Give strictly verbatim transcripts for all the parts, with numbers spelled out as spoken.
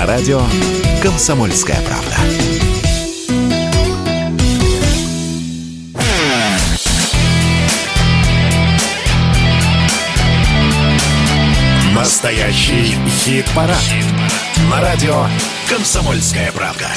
На радио «Комсомольская правда». Настоящий хит-парад. Хит-парад. На радио «Комсомольская правда».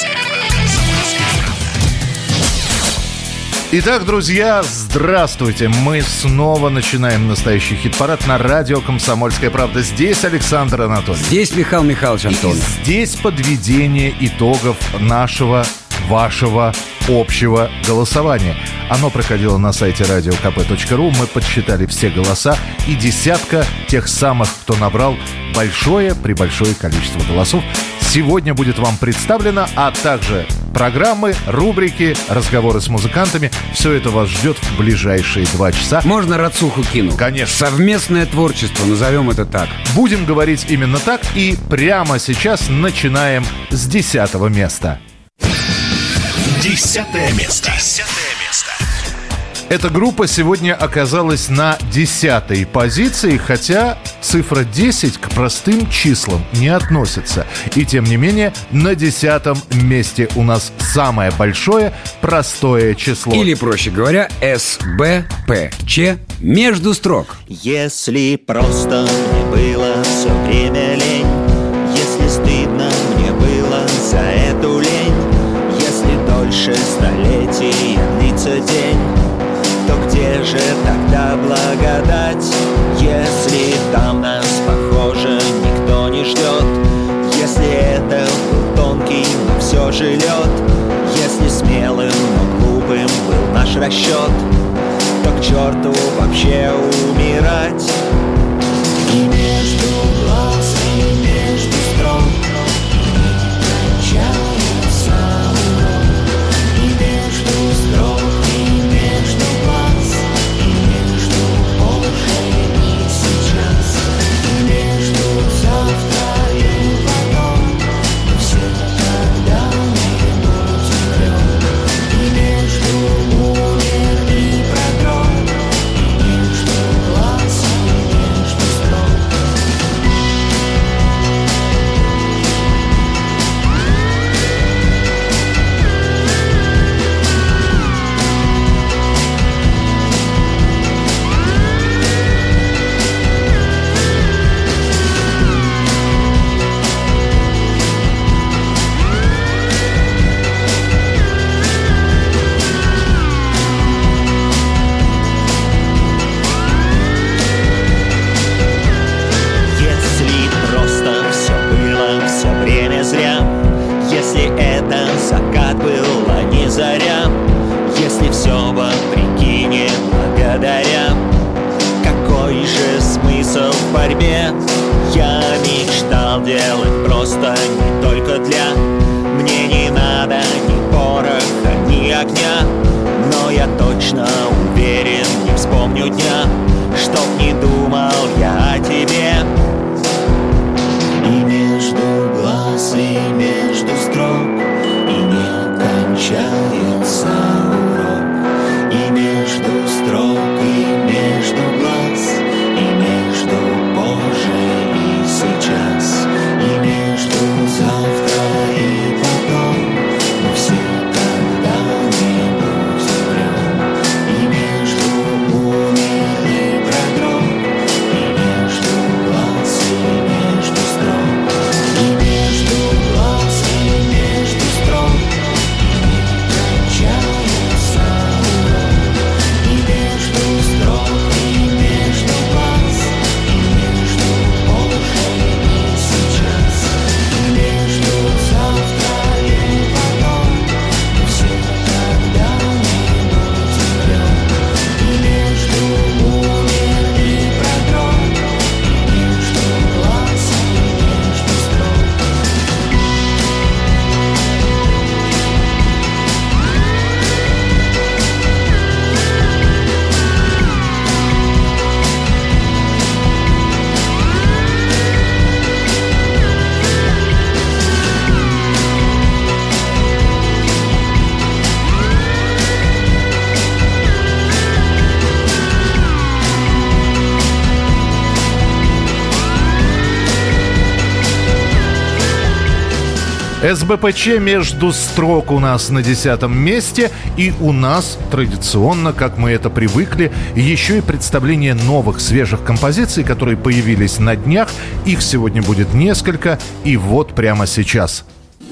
Итак, друзья, здравствуйте. Мы снова начинаем настоящий хит-парад на радио «Комсомольская правда». Здесь Александр Анатольевич. Здесь Михаил Михайлович Антонов. И здесь подведение итогов нашего, вашего общего голосования. Оно проходило на сайте радио ка пэ точка ру. Мы подсчитали все голоса и десятка тех самых, кто набрал большое-пребольшое количество голосов, сегодня будет вам представлено, а также программы, рубрики, разговоры с музыкантами. Все это вас ждет в ближайшие два часа. Можно рацуху кину? Конечно. Совместное творчество, назовем это так. Будем говорить именно так, и прямо сейчас начинаем с десятого места. Десятое место. Десятое место. Эта группа сегодня оказалась на десятой позиции, хотя цифра десять к простым числам не относится. И тем не менее, на десятом месте у нас самое большое простое число. Или, проще говоря, эс бэ пэ че между строк. Если просто мне было все время лень, если стыдно мне было за эту лень, если дольше столетий длится день, то где же тогда благодать? Если там нас, похоже, никто не ждет, если это был тонкий, но все же лед, если смелым, но глупым был наш расчет, то к черту вообще умирать. И между глаз, и между строк кончается урок, и между строк, и между глаз, и между позже и сейчас, и между завтра и потом, все когда-нибудь умрем, и между умер и продрог, и между глаз, и между строк. Если просто все было все время зря, если это закат был, а не заря, если все вопреки не благодаря, какой же смысл в борьбе? Я мечтал делать просто не только для. Мне не надо ни пороха, ни огня, но я точно уверен, не вспомню дня, чтоб не думал я о тебе. И между глаз, и между строк, и не кончается урок, и между строк, и между глаз, и между позже и сейчас, и между завтра и потом, мы все когда-нибудь умрем, и между умер и продрог, и между глаз, и между строк, и между глаз, и между строк, и не эс бэ пэ че «Между строк» у нас на десятом месте. И у нас традиционно, как мы это привыкли, еще и представление новых свежих композиций, которые появились на днях. Их сегодня будет несколько. И вот прямо сейчас.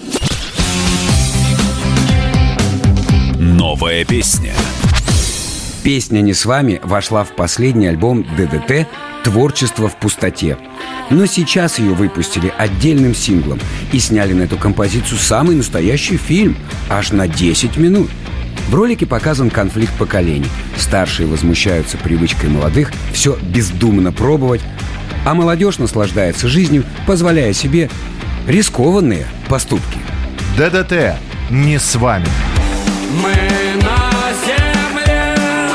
Новая песня. Песня «Не с вами» вошла в последний альбом дэ дэ тэ «Творчество в пустоте». Но сейчас ее выпустили отдельным синглом и сняли на эту композицию самый настоящий фильм, аж на десять минут. В ролике показан конфликт поколений. Старшие возмущаются привычкой молодых все бездумно пробовать, а молодежь наслаждается жизнью, позволяя себе рискованные поступки. дэ дэ тэ «Не с вами». Мы на земле,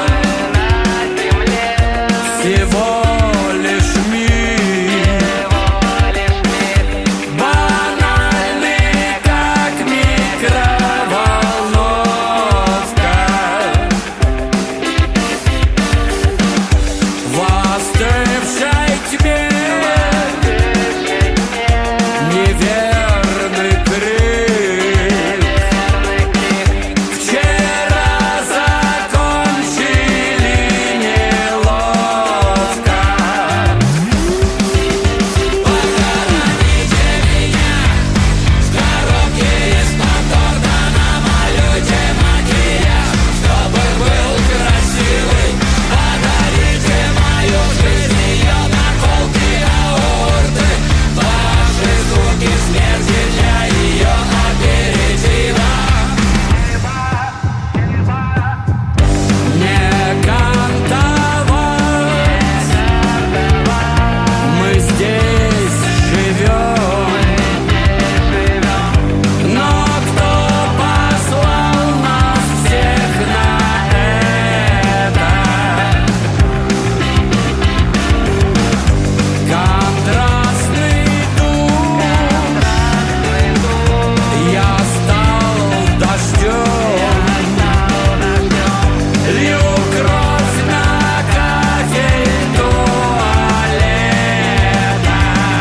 всего лишь миг, банальный, как микроволновка. В остывшей тьме неверный крик. Вчера закончили неловко. Похороните меня в коробке из-под торта, намалюйте макияж, чтобы был красивый. Подарите мою жизнь, ее наколки, аорты, ваши звуки смерти для ее аперитива. Не кантовать, мы здесь живем. Но кто послал нас всех на это? Контрастный дух, я стал дождем, лью кровь на кафель туалета.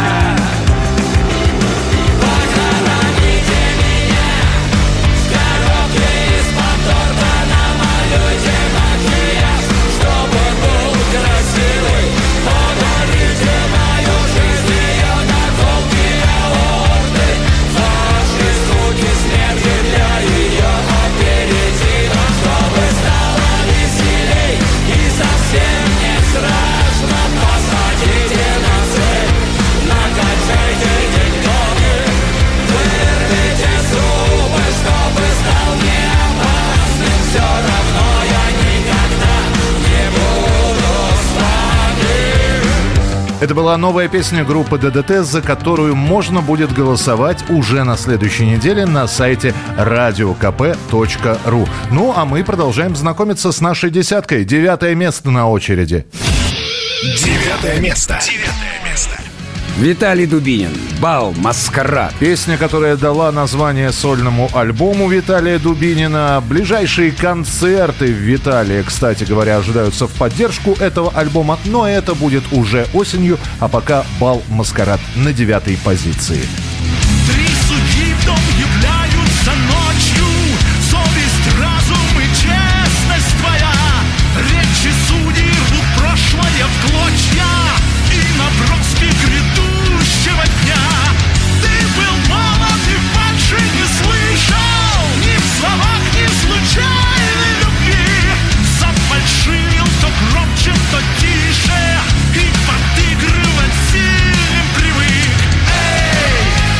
Похороните меня в коробке из-под торта, намалюйте макияж, чтобы был красивый. Подарите мою жизнь, ее наколки, аорты, ваши звуки смерти для ее аперитива, чтобы стало веселей и совсем не страшно. Посадите на цель, накачайте тиктоки, вырвите зубы, чтобы стал не опасным. Все равно я никогда не буду с вами. Это была новая песня группы дэ дэ тэ, за которую можно будет голосовать уже на следующей неделе на сайте радио ка пэ точка ру. Ну, а мы продолжаем знакомиться с нашей десяткой. Девятое место на очереди. Девятое место. Девятое место. Виталий Дубинин, «Бал, маскарад». Песня, которая дала название сольному альбому Виталия Дубинина. Ближайшие концерты в Виталии, кстати говоря, ожидаются в поддержку этого альбома, но это будет уже осенью, а пока «Бал, маскарад» на девятой позиции. Три судьи в дом являются ночью, совесть, разум и честность твоя. Речи судей рвут прошлое в клочья и наброски грядущего дня. Ты был молод и фальши не слышал, ни в словах, ни в случайной любви. Зафальшивил то громче, то тише, и подыгрывать сильным привык. Эй!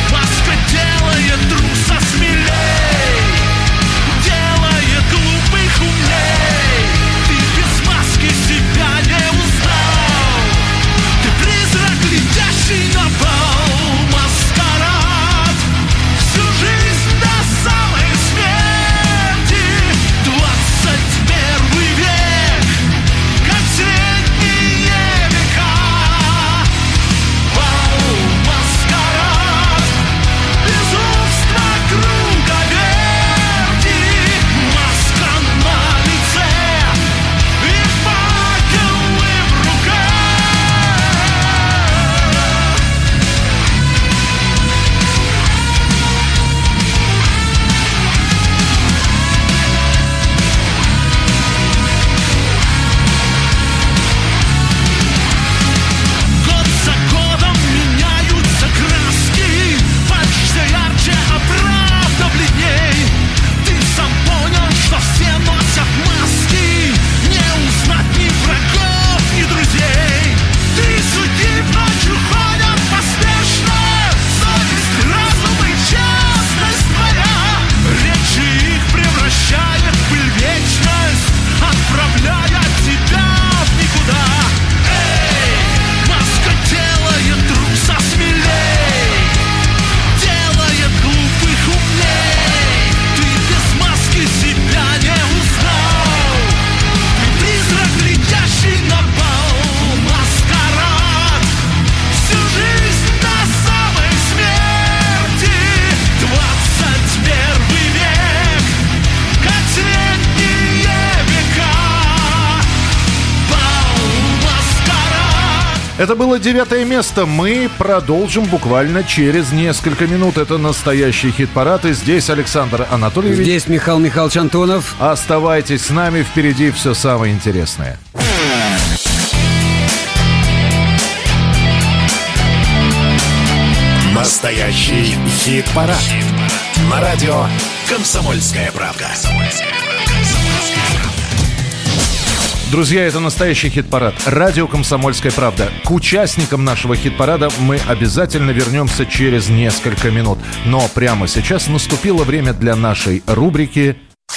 Это было девятое место. Мы продолжим буквально через несколько минут. Это настоящий хит-парад. И здесь Александр Анатольевич. Здесь Михаил Михайлович Антонов. Оставайтесь с нами. Впереди все самое интересное. Настоящий хит-парад. Хит-парад. На радио «Комсомольская правда». Друзья, это настоящий хит-парад. Радио «Комсомольская правда». К участникам нашего хит-парада мы обязательно вернемся через несколько минут. Но прямо сейчас наступило время для нашей рубрики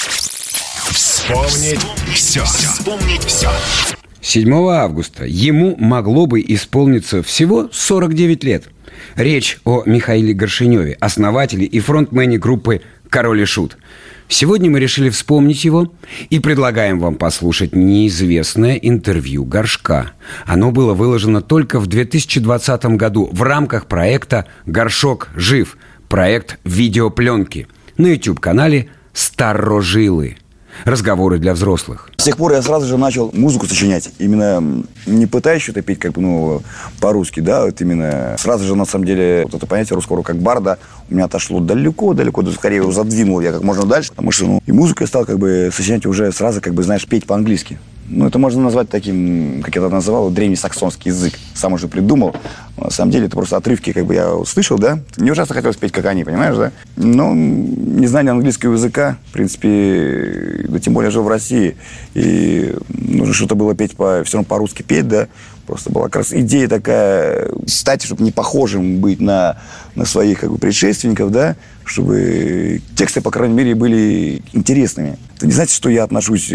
«Вспомнить все». Вспомнить все. седьмого августа ему могло бы исполниться всего сорок девять лет. Речь о Михаиле Горшеневе, основателе и фронтмене группы «Король и Шут». Сегодня мы решили вспомнить его и предлагаем вам послушать неизвестное интервью Горшка. Оно было выложено только в две тысячи двадцатом году в рамках проекта «Горшок жив», проект видеопленки на YouTube-канале «Старожилы». Разговоры для взрослых. С тех пор я сразу же начал музыку сочинять. Именно не пытаясь что-то петь как бы, ну, по-русски, да, вот именно сразу же, на самом деле, вот это понятие русского как барда у меня отошло далеко-далеко, да, скорее его задвинул я как можно дальше, потому что, ну, и музыку я стал как бы сочинять уже сразу, как бы, знаешь, петь по-английски. Ну, это можно назвать таким, как я это называл, древнесаксонский язык. Сам уже придумал. Но на самом деле это просто отрывки, как бы я услышал, да. Мне ужасно хотелось петь, как они, понимаешь, да. Но незнание английского языка, в принципе, да тем более я жил в России, и нужно что-то было петь по, все равно по-русски петь, да. Просто была как раз идея такая, стать, чтобы не похожим быть на, на своих как бы предшественников, да, чтобы тексты, по крайней мере, были интересными. Это не значит, что я отношусь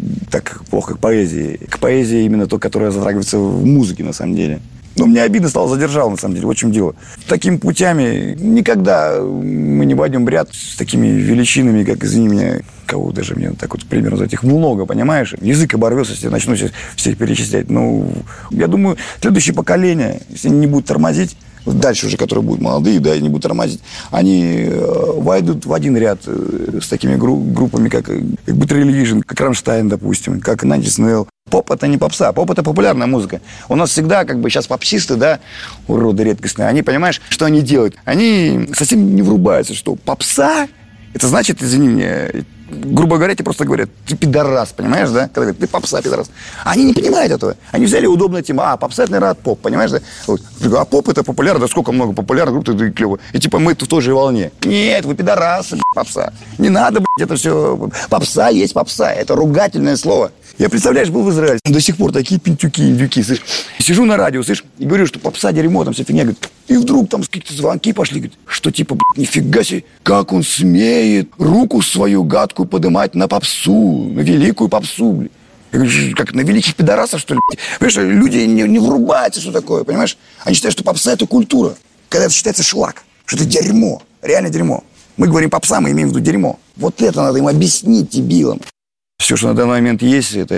так плохо к поэзии. К поэзии именно то, которое затрагивается в музыке, на самом деле. Но мне обидно стало, задержал, на самом деле, вот в чем дело. Такими путями никогда мы не войдем в ряд с такими величинами, как, извини меня, кого даже мне так вот примерно за этих много, понимаешь? Язык оборвется, если я начну всех перечислять. Ну, я думаю, следующее поколение, если они не будут тормозить, дальше уже, которые будут молодые, да, и не будут тормозить, они э, войдут в один ряд э, с такими гру- группами, как, как Bad Religion, как Рамштайн, допустим, как Nine Inch Nails. Поп — это не попса, поп — это популярная музыка. У нас всегда, как бы, сейчас попсисты, да, уроды редкостные, они, понимаешь, что они делают? Они совсем не врубаются, что попса, это значит, извини меня, грубо говоря, тебе просто говорят, ты пидорас, понимаешь, да? Когда говорят, ты попса, пидорас. Они не понимают этого. Они взяли удобную тему. А, попса, это, наверное, от поп, понимаешь, да? Вот. А поп — это популярно, да сколько много популярных групп, это клево. И типа мы в той же волне. Нет, вы пидорасы, попса. Не надо, блядь, это все. Попса есть попса, это ругательное слово. Я, представляешь, был в Израиле, до сих пор такие пентюки, индюки, слышь. Сижу на радио, слышь, и говорю, что попса, дерьмо, там вся фигня, говорит. И вдруг там какие-то звонки пошли, говорит, что типа, блядь, нифига себе, как он смеет руку свою гадкую поднимать на попсу, на великую попсу, блядь. Я говорю, как на великих пидорасов, что ли, блядь. Понимаешь, люди не, не врубаются, что такое, понимаешь? Они считают, что попса — это культура, когда это считается шлак, что это дерьмо, реально дерьмо. Мы говорим попса, мы имеем в виду дерьмо. Вот это надо им объяснить, дебилам. Все, что на данный момент есть, это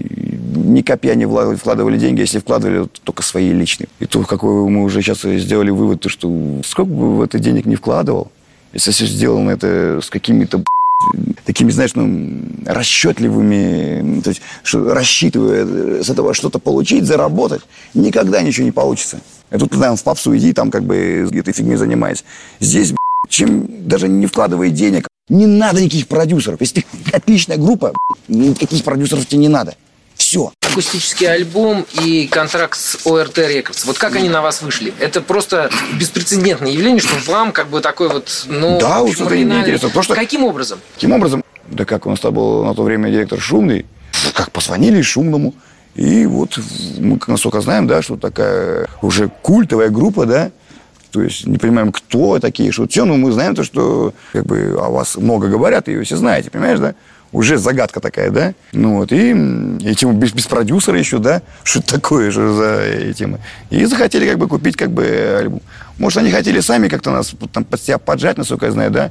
ни копья не вкладывали деньги, если вкладывали, то только свои личные. И то, какой мы уже сейчас сделали вывод, то что сколько бы в это денег не вкладывал, если все сделано это с какими-то такими, знаешь, ну, расчетливыми, то есть, что, рассчитывая с этого что-то получить, заработать, никогда ничего не получится. А тут, наверное, в попсу иди, там как бы этой фигней занимаясь. Здесь, чем даже не вкладывая денег, не надо никаких продюсеров. Если ты отличная группа, никаких продюсеров тебе не надо. Все. Акустический альбом и контракт с о эр тэ Records. Вот как они на вас вышли? Это просто беспрецедентное явление, что вам как бы такой вот, ну, да, уж это неинтересно. Что... Каким образом? Каким образом? Да как у нас там был на то время директор Шумный. Как позвонили Шумному. И вот мы, насколько знаем, да, что такая уже культовая группа, да. То есть не понимаем, кто такие, что все, но мы знаем то, что как бы о вас много говорят, и вы все знаете, понимаешь, да? Уже загадка такая, да? Ну вот, и, и тему без, без продюсера еще, да? Что это такое же за эти темы? И захотели как бы купить как бы альбом. Может, они хотели сами как-то нас там под себя поджать, насколько я знаю, да?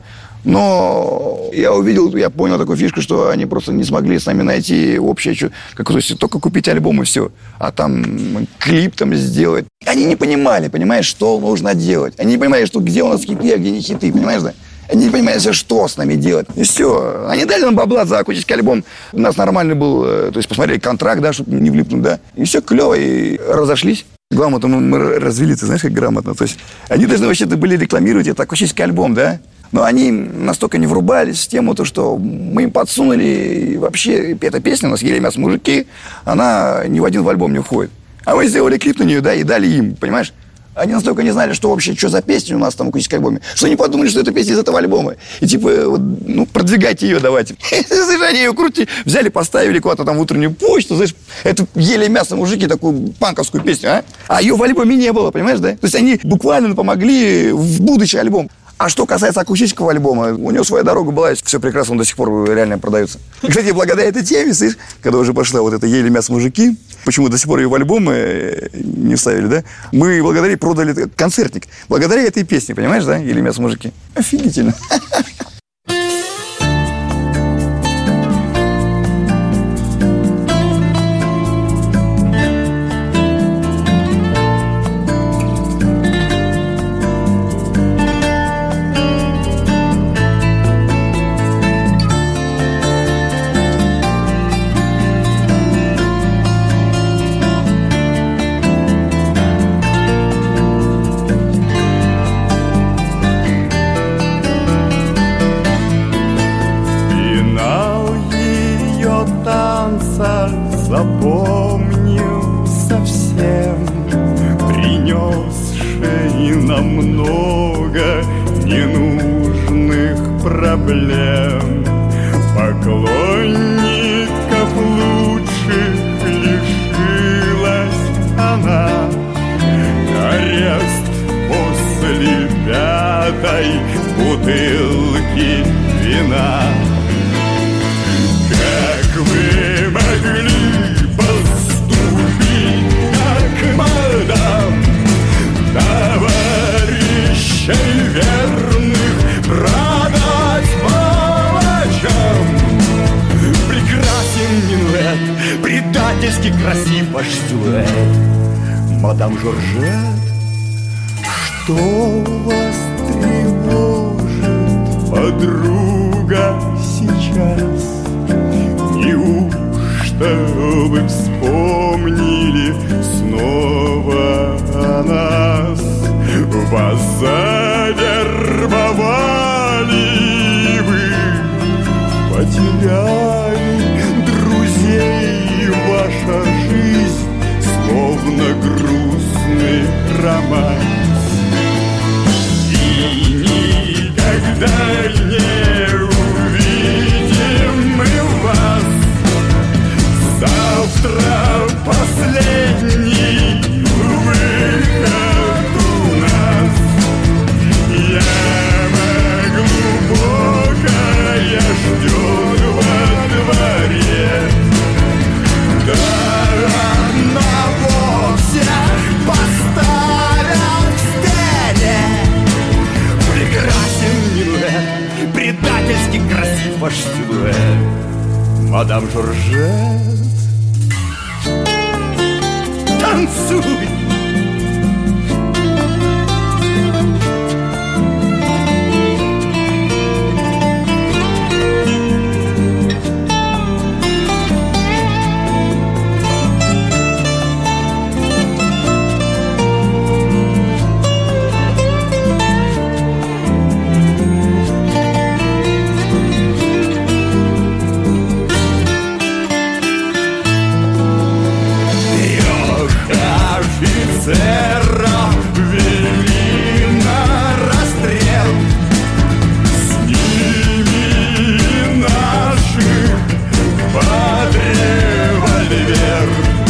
Но я увидел, я понял такую фишку, что они просто не смогли с нами найти общее, как, то есть только купить альбом и все. А там клип там сделать. Они не понимали, понимаешь, что нужно делать. Они не понимали, что где у нас хиты, а где не хиты, понимаешь, да? Они не понимали, что с нами делать. И все. Они дали нам бабла за акустический альбом. У нас нормальный был, то есть посмотрели контракт, да, чтобы не влипнуть, да. И все клево, и разошлись. Грамотно мы развели, ты знаешь, как грамотно. То есть они должны вообще-то были рекламировать это акустический альбом, да? Но они настолько не врубались в тему, то, что мы им подсунули, и вообще эта песня у нас «Ели мясо мужики», она ни в один в альбом не входит. А мы сделали клип на нее, да, и дали им, понимаешь? Они настолько не знали, что вообще, что за песня у нас там в акустическом альбоме, что они подумали, что это песня из этого альбома. И типа, вот, ну, продвигайте ее давайте. Знаешь, они ее крути, взяли, поставили куда-то там в утреннюю почту, знаешь, это «Ели мясо мужики», такую панковскую песню, а? А ее в альбоме не было, понимаешь, да? То есть они буквально помогли в будущий альбом. А что касается акустического альбома, у него своя дорога была, все прекрасно, он до сих пор реально продается. Кстати, благодаря этой теме, слышишь, когда уже пошла вот эта «Ели мясо мужики», почему до сих пор ее в альбомы не ставили, да? Мы благодаря продали концертник. Благодаря этой песне, понимаешь, да? «Ели мясо мужики». Офигительно. Запомнил совсем, принесший нам много ненужных проблем. Поклонников лучших лишилась она. Арест после пятой бутылки вина. Как вы могли поступить, как мадам, товарищей верных продать палачам? Прекрасен минуэт, предательски красив ваш силуэт. Мадам Жоржет, что вас тревожит, подруга, сейчас? Неужто вы вспомнили снова о нас? Вас завербовали, вы потеряли друзей. Ваша жизнь словно грустный романс. И никогда не увидим мы вас. Завтра последний выход у нас. Яма глубокая ждет во дворе. Да одного всех поставят к стене. Прекрасен минуэт, предательски красив ваш силуэт. Мадам Жоржет, танцуй! Офицеров вели на расстрел. С ними наших под револьвер.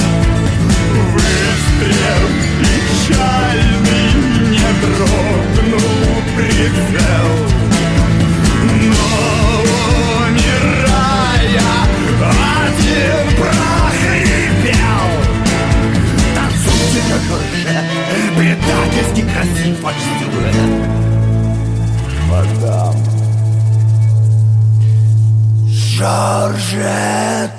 Выстрел печальный, не дрогнул прицел. Но умирая, один прохрипел: предательски красив ваш силуэт. Мадам Жоржет.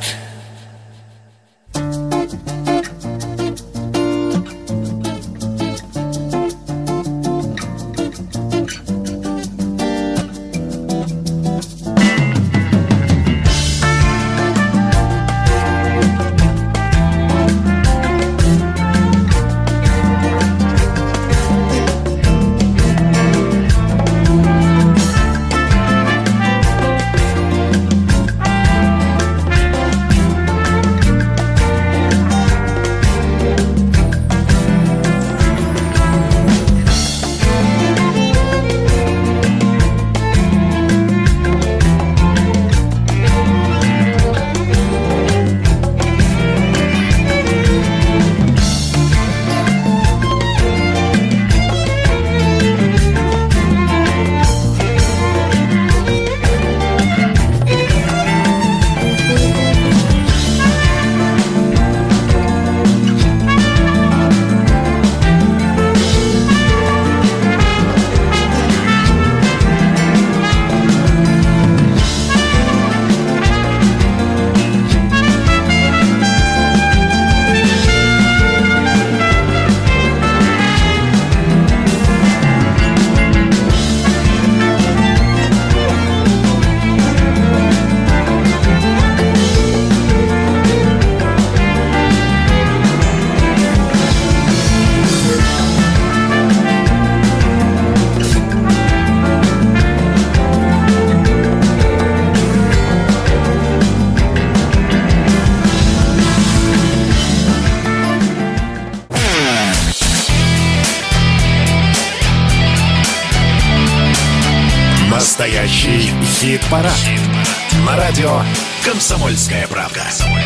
Хит-парад. На радио «Комсомольская правда».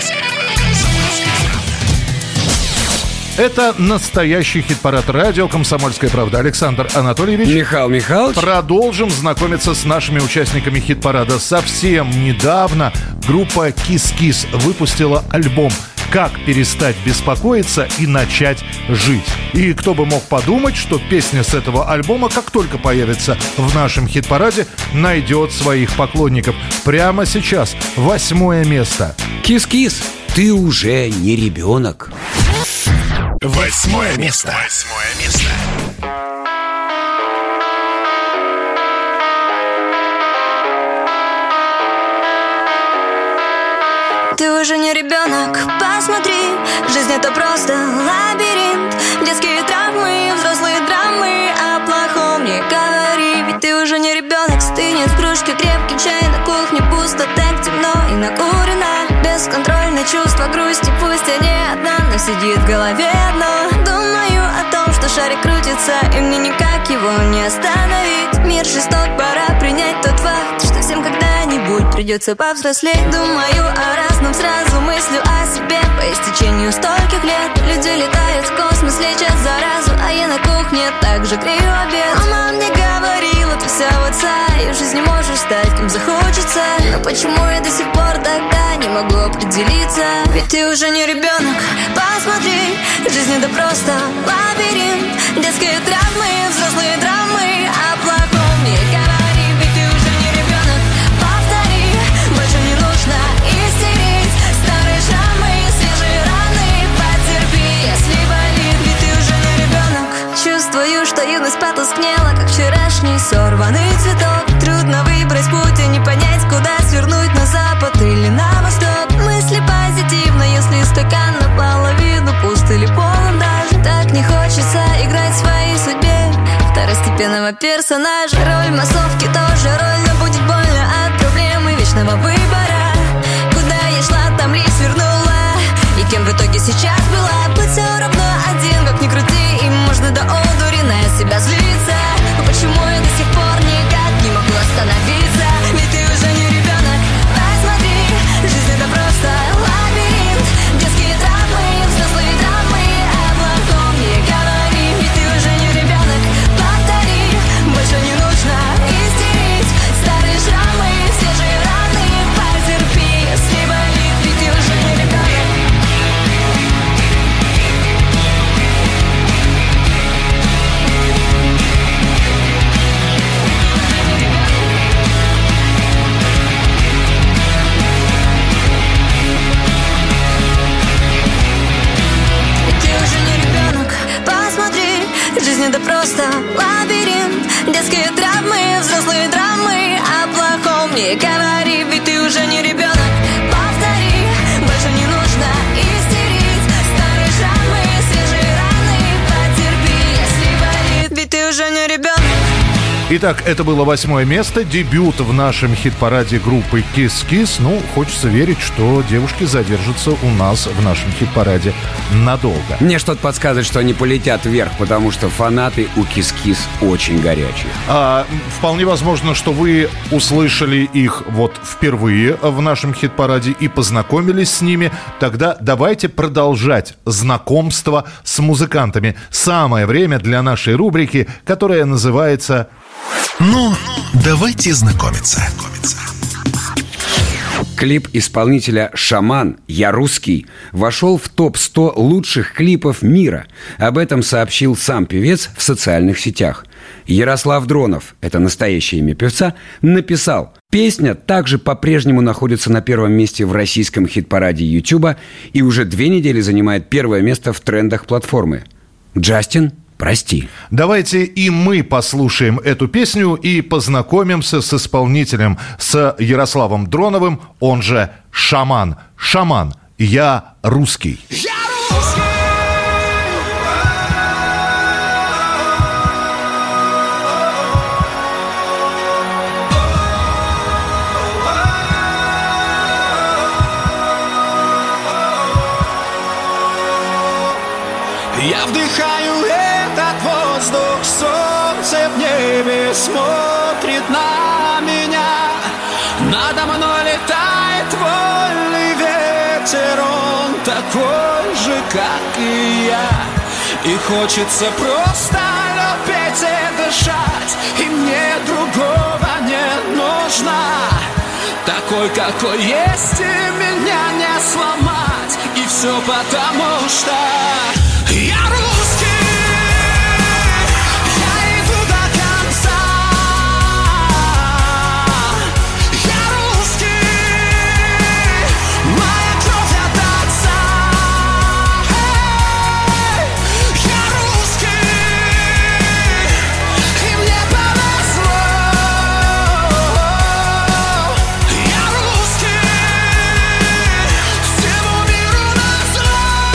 Это настоящий хит-парад радио «Комсомольская правда». Александр Анатольевич. Михаил Михайлович. Продолжим знакомиться с нашими участниками хит-парада. Совсем недавно группа «Кис-Кис» выпустила альбом «Как перестать беспокоиться и начать жить». И кто бы мог подумать, что песня с этого альбома, как только появится в нашем хит-параде, найдет своих поклонников. Прямо сейчас восьмое место. Кис-Кис, ты уже не ребенок. Восьмое место. Восьмое место. Ты уже не ребенок, посмотри. Жизнь это просто лабиринт. Детские травмы, взрослые драмы. О плохом не говори. Ведь ты уже не ребенок. Стынет в кружке крепкий чай. На кухне пусто, так темно и накурено. Бесконтрольное чувство грусти. Пусть я не одна, но сидит в голове одно. Думаю о том, что шарик крутится, и мне никак его не остановить. Мир жесток, пора принять тот факт, что всем когда-нибудь придется повзрослеть. Думаю о разном, сразу мыслю о себе. По истечению стольких лет люди летают в космос, лечат заразу, а я на кухне также грею обед. Мама мне говорила, ты вся в отца, и в жизни можешь стать кем захочется. Но почему я до сих пор тогда не могу определиться? Ведь ты уже не ребенок, посмотри. Жизнь это просто лабиринт. Детские травмы, взрослые драмы. О плохом не говори, ведь ты уже не ребенок. Повтори, больше не нужно истерить. Старые шрамы, свежие раны. Потерпи, если болит, ведь ты уже не ребенок. Чувствую, что юность потускнела, как вчерашний сорванный цветок. Трудно выбрать путь и не понять, куда свернуть, на запад или на восток. Мысли позитивно, если стакан наполовину пуст или полон даже. Так не хочется играть в своей судьбе второстепенного персонажа. Роль массовки тоже роль, но будет больно от проблемы вечного выбора. Куда я шла, там лишь свернула. И кем в итоге сейчас была, быть все равно один, как ни крути. И можно до одури на себя злиться. Но почему я до сих пор никак не могу остановиться? Ведь ты уже не ребенок, посмотри. Жизнь это просто лабиринт. Детские травмы, взрослые драмы. О плохом не говори, ведь ты уже не ребенок. Повтори, больше не нужно истерить. Старые шрамы, свежие раны. Потерпи, если болит, ведь ты уже не ребенок. Жизнь это просто лабиринт. Детские травмы, взрослые драмы. О плохом не говори, ведь ты уже не ребенок. Повтори, больше не нужно истерить. Старые шрамы, свежие раны. Потерпи, если болит, ведь ты уже не ребенок. Итак, это было восьмое место, дебют в нашем хит-параде группы «Кис-Кис». Ну, хочется верить, что девушки задержатся у нас в нашем хит-параде надолго. Мне что-то подсказывает, что они полетят вверх, потому что фанаты у Кис-Кис очень горячие. А, вполне возможно, что вы услышали их вот впервые в нашем хит-параде и познакомились с ними. Тогда давайте продолжать знакомство с музыкантами. Самое время для нашей рубрики, которая называется... Ну, давайте знакомиться. Клип исполнителя «Шаман. Я русский» вошел в топ сто лучших клипов мира. Об этом сообщил сам певец в социальных сетях. Ярослав Дронов, это настоящее имя певца, написал: «Песня также по-прежнему находится на первом месте в российском хит-параде Ютуба и уже две недели занимает первое место в трендах платформы. Джастин, прости». Давайте и мы послушаем эту песню и познакомимся с исполнителем, с Ярославом Дроновым, он же «Шаман». «Шаман. Я русский». Я вдыхаю этот воздух, солнце в небе смотрит на меня. такой же, как и я. И хочется просто любить и дышать, и мне другого не нужно. Такой, какой есть, и меня не сломать. И все потому, что я русский. Я иду до конца. Я русский. Моя кровь от отца. Я русский. И мне повезло. Я русский. Всему миру назло.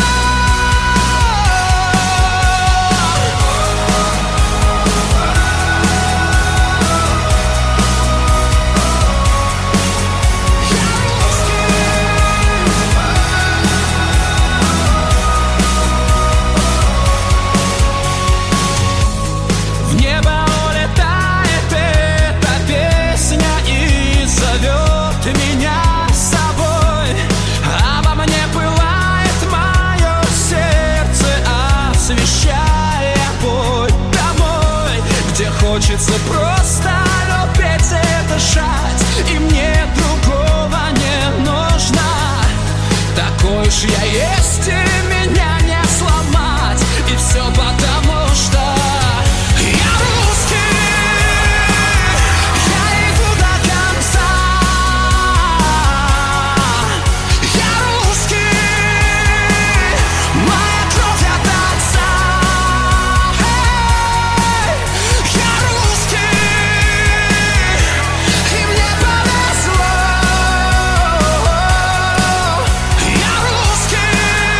В небо улетает эта песня и зовет меня с собой. Обо мне пылает мое сердце, освещая путь домой, где хочется просто любить и дышать, и мне другого не нужно. Такой уж я есть, и меня не сломать. И все потому, что я русский. Я иду до конца. Я русский. Моя кровь от отца. Я русский. И мне повезло. Я русский.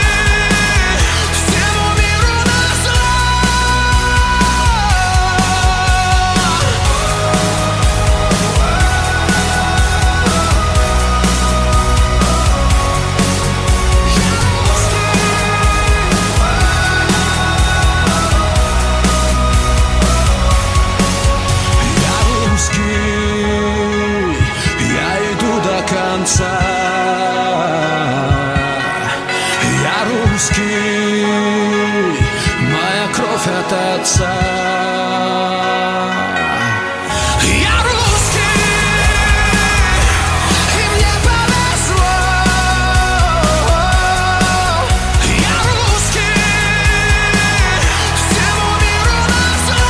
Всему миру назло. Я русский, я иду до конца. Я русский, моя кровь от отца. Я русский, и мне повезло. Я русский, всему миру назло.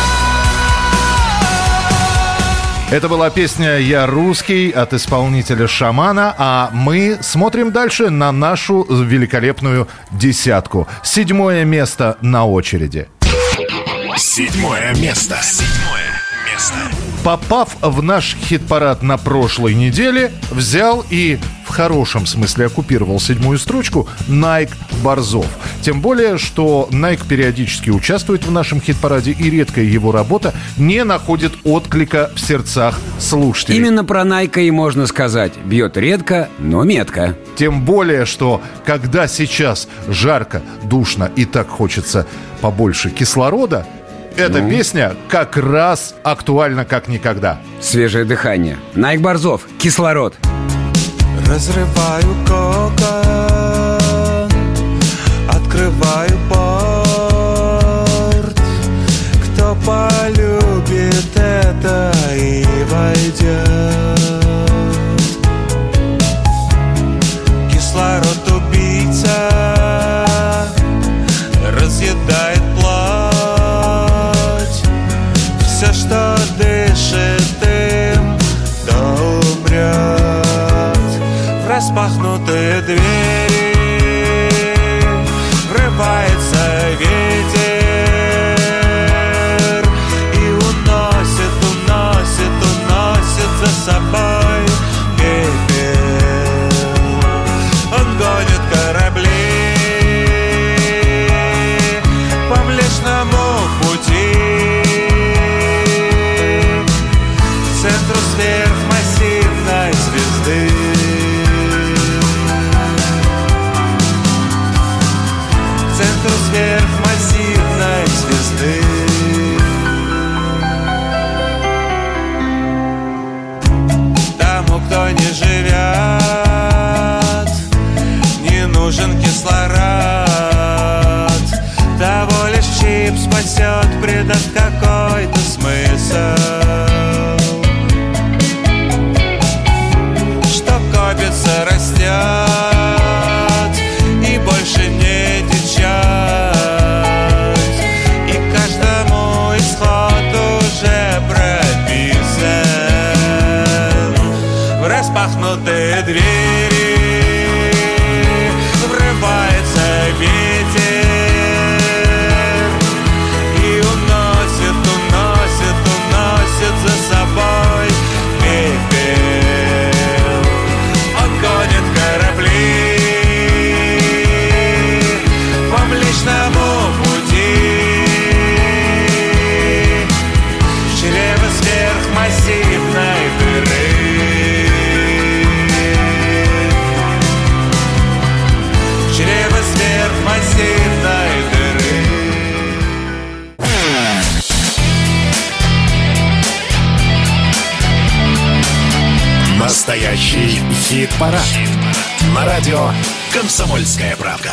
Это была песня «Я русский» от исполнителя «Шамана», а мы смотрим дальше на нашу великолепную десятку. Седьмое место на очереди. Седьмое место. Седьмое место. Попав в наш хит-парад на прошлой неделе, взял и в хорошем смысле оккупировал седьмую строчку Найк Борзов. Тем более, что Найк периодически участвует в нашем хит-параде, и редкая его работа не находит отклика в сердцах слушателей. Именно про Найка и можно сказать. Бьет редко, но метко. Тем более, что когда сейчас жарко, душно и так хочется побольше кислорода, эта Ну? песня как раз актуальна как никогда. Свежее дыхание. Найк Борзов. Кислород. Разрываю кокон, открываю порт. Кто полюбит это и войдет. Кислород убийца разъедает плоть. Все, что дышит им, то умрет. В распахнутые двери врывается ветер и уносит, уносит, уносит за собой пепел. Он гонит корабли по Млечному пути к центру сверхмассивной звезды. несет, придаст какой-то смысл, что копится, растет и больше не течет, и каждому исход уже прописан. В распахнутые двери врывается ветер и уносит, уносит, уносит за собой пепел. Он гонит корабли по Млечному пути в чрево сверхмассивной дыры. В чрево сверхмассивной дыры. Настоящий хит-парад. На радио «Комсомольская правда».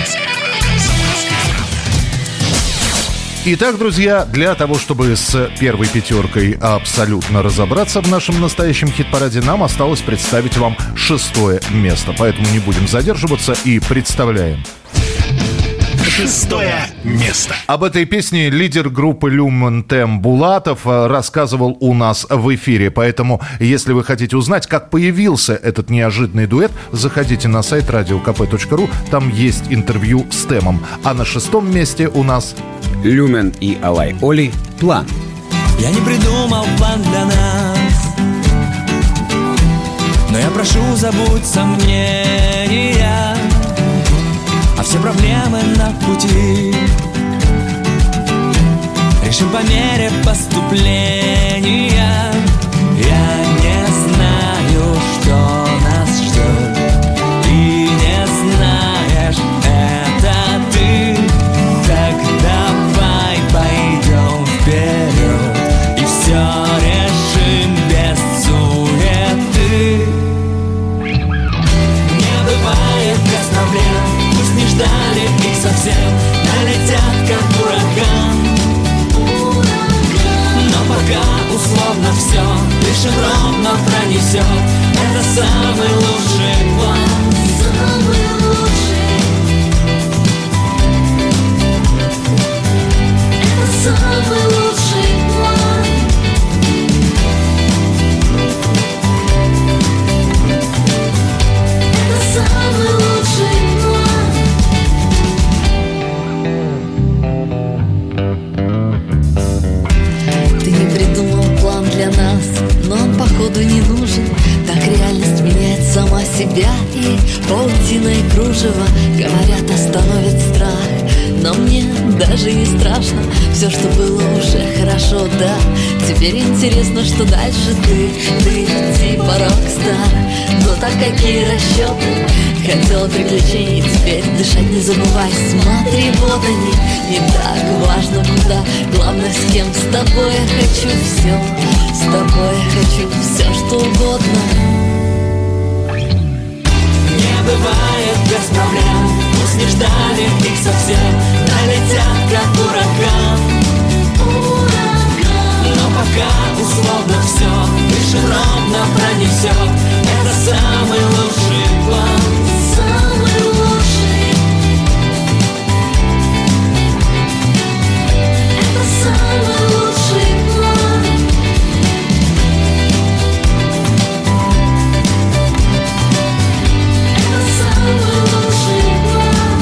Итак, друзья, для того, чтобы с первой пятеркой абсолютно разобраться в нашем настоящем хит-параде, нам осталось представить вам шестое место. Поэтому не будем задерживаться и представляем. Шестое место. Об этой песне лидер группы Люмен Тем Булатов рассказывал у нас в эфире. Поэтому, если вы хотите узнать, как появился этот неожиданный дуэт, заходите на сайт радио ка пэ точка ру. Там есть интервью с Темом. А на шестом месте у нас Люмен и Алай Оли «План». Я не придумал план для нас, но я прошу, забудь сомнения, а все проблемы на пути решим по мере поступления. Я не знаю, что нас ждет, ты не знаешь, это ты. Так давай пойдем вперед и все решим без суеты. Не бывает без проблем, пусть не ждали их совсем, налетят как ураган. Но пока условно все, лишь ровно пронесет. Это самый лучший план. Самый лучший. Это самый лучший план. Это самый лучший план. Ты не придумал план для нас, но он походу не нужен. Так реальность меняет сама себя, и паутина и кружево, говорят, остановит страх. Но мне даже не страшно, все, что было, уже хорошо, да. Теперь интересно, что дальше ты, ты типа рок-стар. Но так какие расчеты, хотела приключений, теперь дышать не забывай. Смотри, вот они, не так важно куда, главное с кем. С тобой я хочу все, с тобой я хочу все, что угодно. Не бывает без проблем, пусть не ждали их совсем, налетят как ураган. Но пока условно все, лишь ровно пронесет. Это самый лучший план. Самый лучший. Это самый лучший план. Это самый лучший план.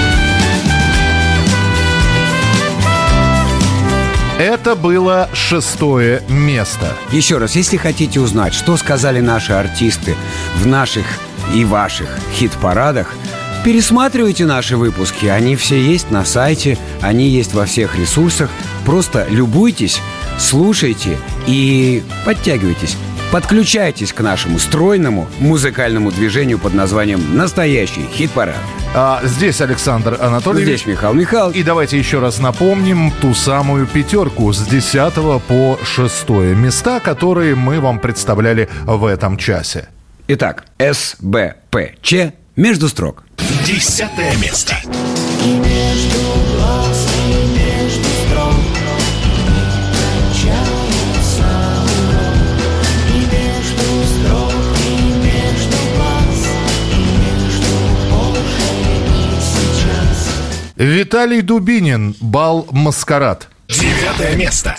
Это было шестое место. Еще раз, если хотите узнать, что сказали наши артисты в наших и ваших хит-парадах, пересматривайте наши выпуски. Они все есть на сайте, они есть во всех ресурсах. Просто любуйтесь, слушайте и подтягивайтесь. Подключайтесь к нашему стройному музыкальному движению под названием «Настоящий хит-парад». А здесь Александр Анатольевич. Здесь Михаил Михайлович. И давайте еще раз напомним ту самую пятерку с десятого по шестое места, которые мы вам представляли в этом часе. Итак, эс бэ пэ че «Между строк». Десятое место. И между глаз, и между строк Виталий Дубинин, «Бал Маскарад». Девятое место.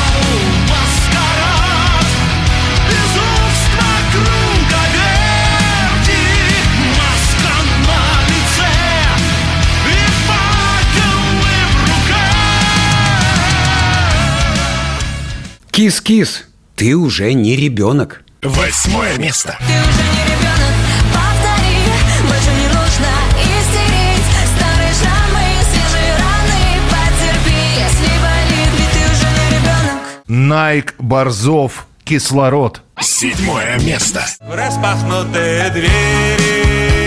Кис-кис, ты уже не ребенок. Восьмое место. Ты уже не ребенок, повтори, больше не нужно истерить. Старые шрамы, свежие раны, потерпи, если болит, ведь ты уже не ребенок. Найк Борзов, «Кислород». Седьмое место. В распахнутые двери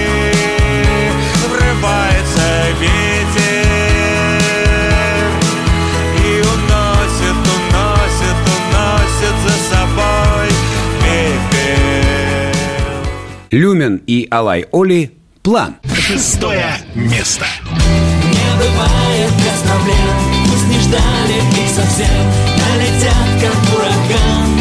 врывается ветер и уносит, уносит, уносит за собой пепел. Люмен и Алай Оли, «План». Шестое место. Не бывает без проблем, пусть не ждали их совсем, налетят как ураган.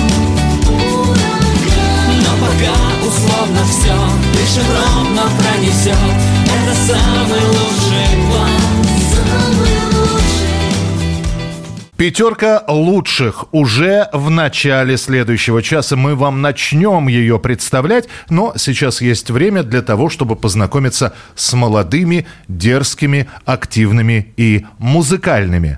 Но пока условно все, лишь ровно пронесет, это самый лучший план. Самый лучший. Пятерка лучших уже в начале следующего часа. Мы вам начнем ее представлять, но сейчас есть время для того, чтобы познакомиться с молодыми, дерзкими, активными и музыкальными.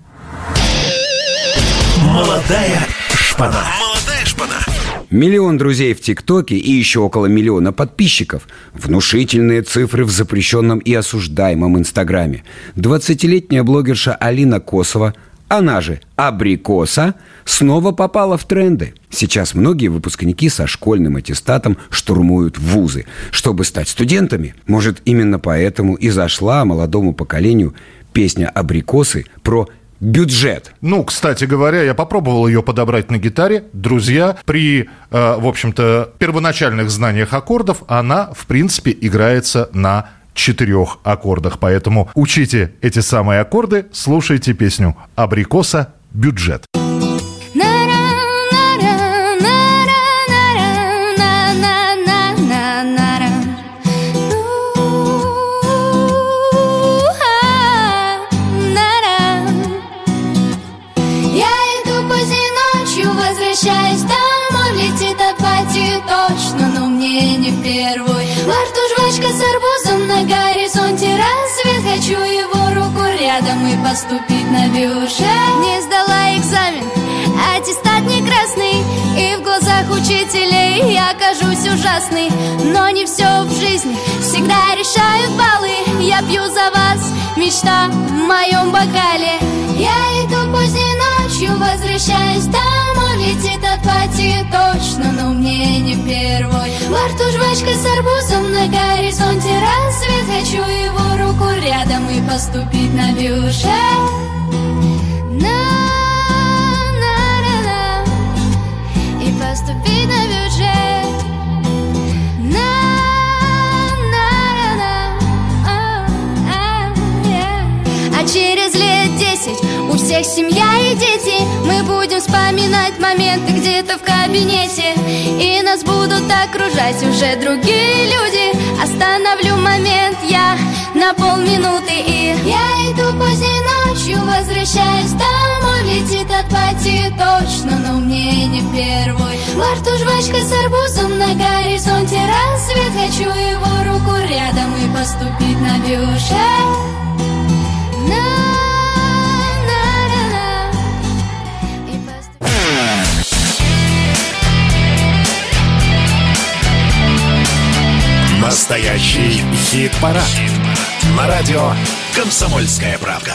Молодая шпана. Молодая шпана. Миллион друзей в ТикТоке и еще около миллиона подписчиков. Внушительные цифры в запрещенном и осуждаемом Инстаграме. двадцатилетняя блогерша Алина Косова, она же Абрикоса, снова попала в тренды. Сейчас многие выпускники со школьным аттестатом штурмуют вузы, чтобы стать студентами. Может, именно поэтому и зашла молодому поколению песня Абрикосы про бюджет. Ну, кстати говоря, я попробовал ее подобрать на гитаре. Друзья, при, э, в общем-то, первоначальных знаниях аккордов она, в принципе, играется на четырех аккордах. Поэтому учите эти самые аккорды, слушайте песню «Абрикоса. Бюджет». Точно, но мне не первый. Во рту жвачка с арбузом, на горизонте рассвет. Хочу его руку рядом и поступить на бюджет. Не сдала экзамен, аттестат не красный, и в глазах учителей я кажусь ужасной. Но не все в жизни всегда решают баллы. Я пью за вас, мечта в моем бокале. Я иду поздней ночью, возвращаюсь домой. Летит от пати точно, но мне не первый. Во рту жвачка с арбузом, на горизонте рассвет. Хочу его руку рядом и поступить на бюджет. На-на-на-на. И поступить на бюджет. На-на-на-на. А через лет десять у всех семья и дети. Мы будем вспоминать моменты где-то в кабинете, и нас будут окружать уже другие люди. Остановлю момент я на полминуты, и я иду поздней ночью, возвращаюсь домой. Летит от пати точно, но мне не первый. Во рту жвачка с арбузом, на горизонте рассвет. Хочу его руку рядом и поступить на бюджет. Настоящий хит-парад. На радио «Комсомольская правда».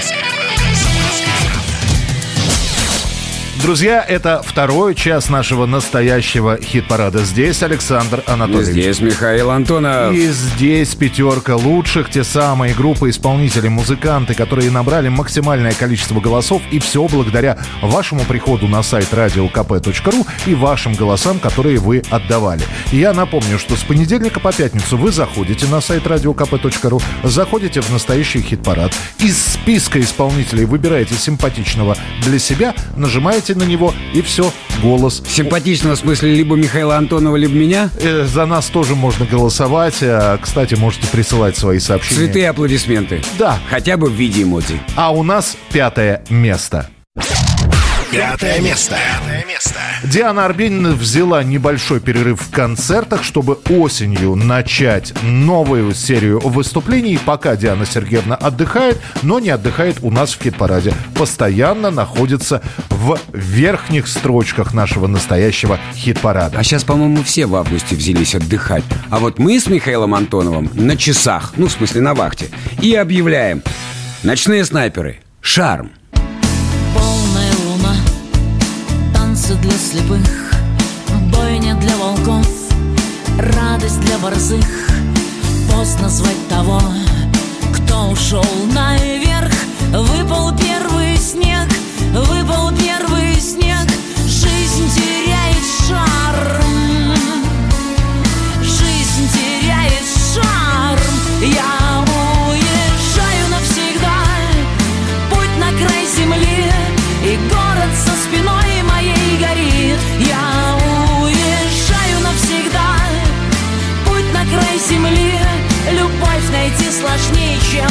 Друзья, это второй час нашего настоящего хит-парада. Здесь Александр Анатольевич. Здесь Михаил Антонов. И здесь пятерка лучших, те самые группы исполнителей, музыканты, которые набрали максимальное количество голосов. И все благодаря вашему приходу на сайт радио ка пэ точка ру и вашим голосам, которые вы отдавали. И я напомню, что с понедельника по пятницу вы заходите на сайт радио ка пэ точка ру, заходите в настоящий хит-парад. Из списка исполнителей выбираете симпатичного для себя, нажимаете ставьте на него, и все, голос. Симпатичного в смысле либо Михаила Антонова, либо меня? Э, за нас тоже можно голосовать. А, кстати, можете присылать свои сообщения. Цветы и аплодисменты. Да. Хотя бы в виде эмодзи. А у нас пятое место. Пятое место. Пятое место. Диана Арбенина взяла небольшой перерыв в концертах, чтобы осенью начать новую серию выступлений. Пока Диана Сергеевна отдыхает, но не отдыхает у нас в хит-параде. Постоянно находится в верхних строчках нашего настоящего хит-парада. А сейчас, по-моему, все в августе взялись отдыхать. А вот мы с Михаилом Антоновым на часах, ну, в смысле, на вахте, и объявляем: «Ночные снайперы. Шарм». Полная луна, танцы для слепых, бойня для волков, радость для борзых. Поздно звать того, кто ушел наверх. Выпал первый снег, выпал первый снег. Жизнь теряет шарм, жизнь теряет шарм. Я уезжаю навсегда, путь на край земли, и город со спиной моей горит. Я уезжаю навсегда, путь на край земли, любовь найти сложнее, чем...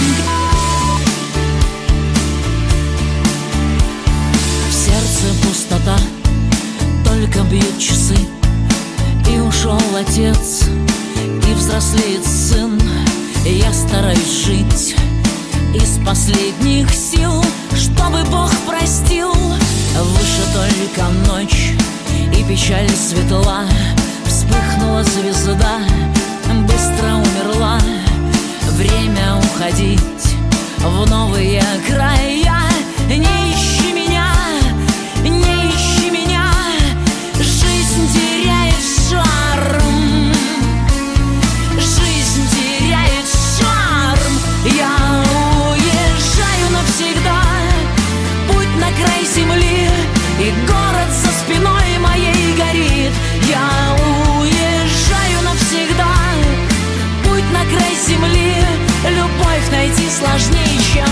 В сердце пустота, только бьют часы, и ушел отец, и взрослеет сын. Я стараюсь жить из последних сил, чтобы Бог простил. Выше только ночь, и печаль светла. Вспыхнула звезда, быстро умерла. Время уходить в новые края. Не ищи меня, не ищи меня. Жизнь теряет шарм, жизнь теряет шарм. Я уезжаю навсегда, путь на край земли, и город со спиной моей горит. Я уезжаю навсегда, путь на край земли, любовь найти сложнее, чем...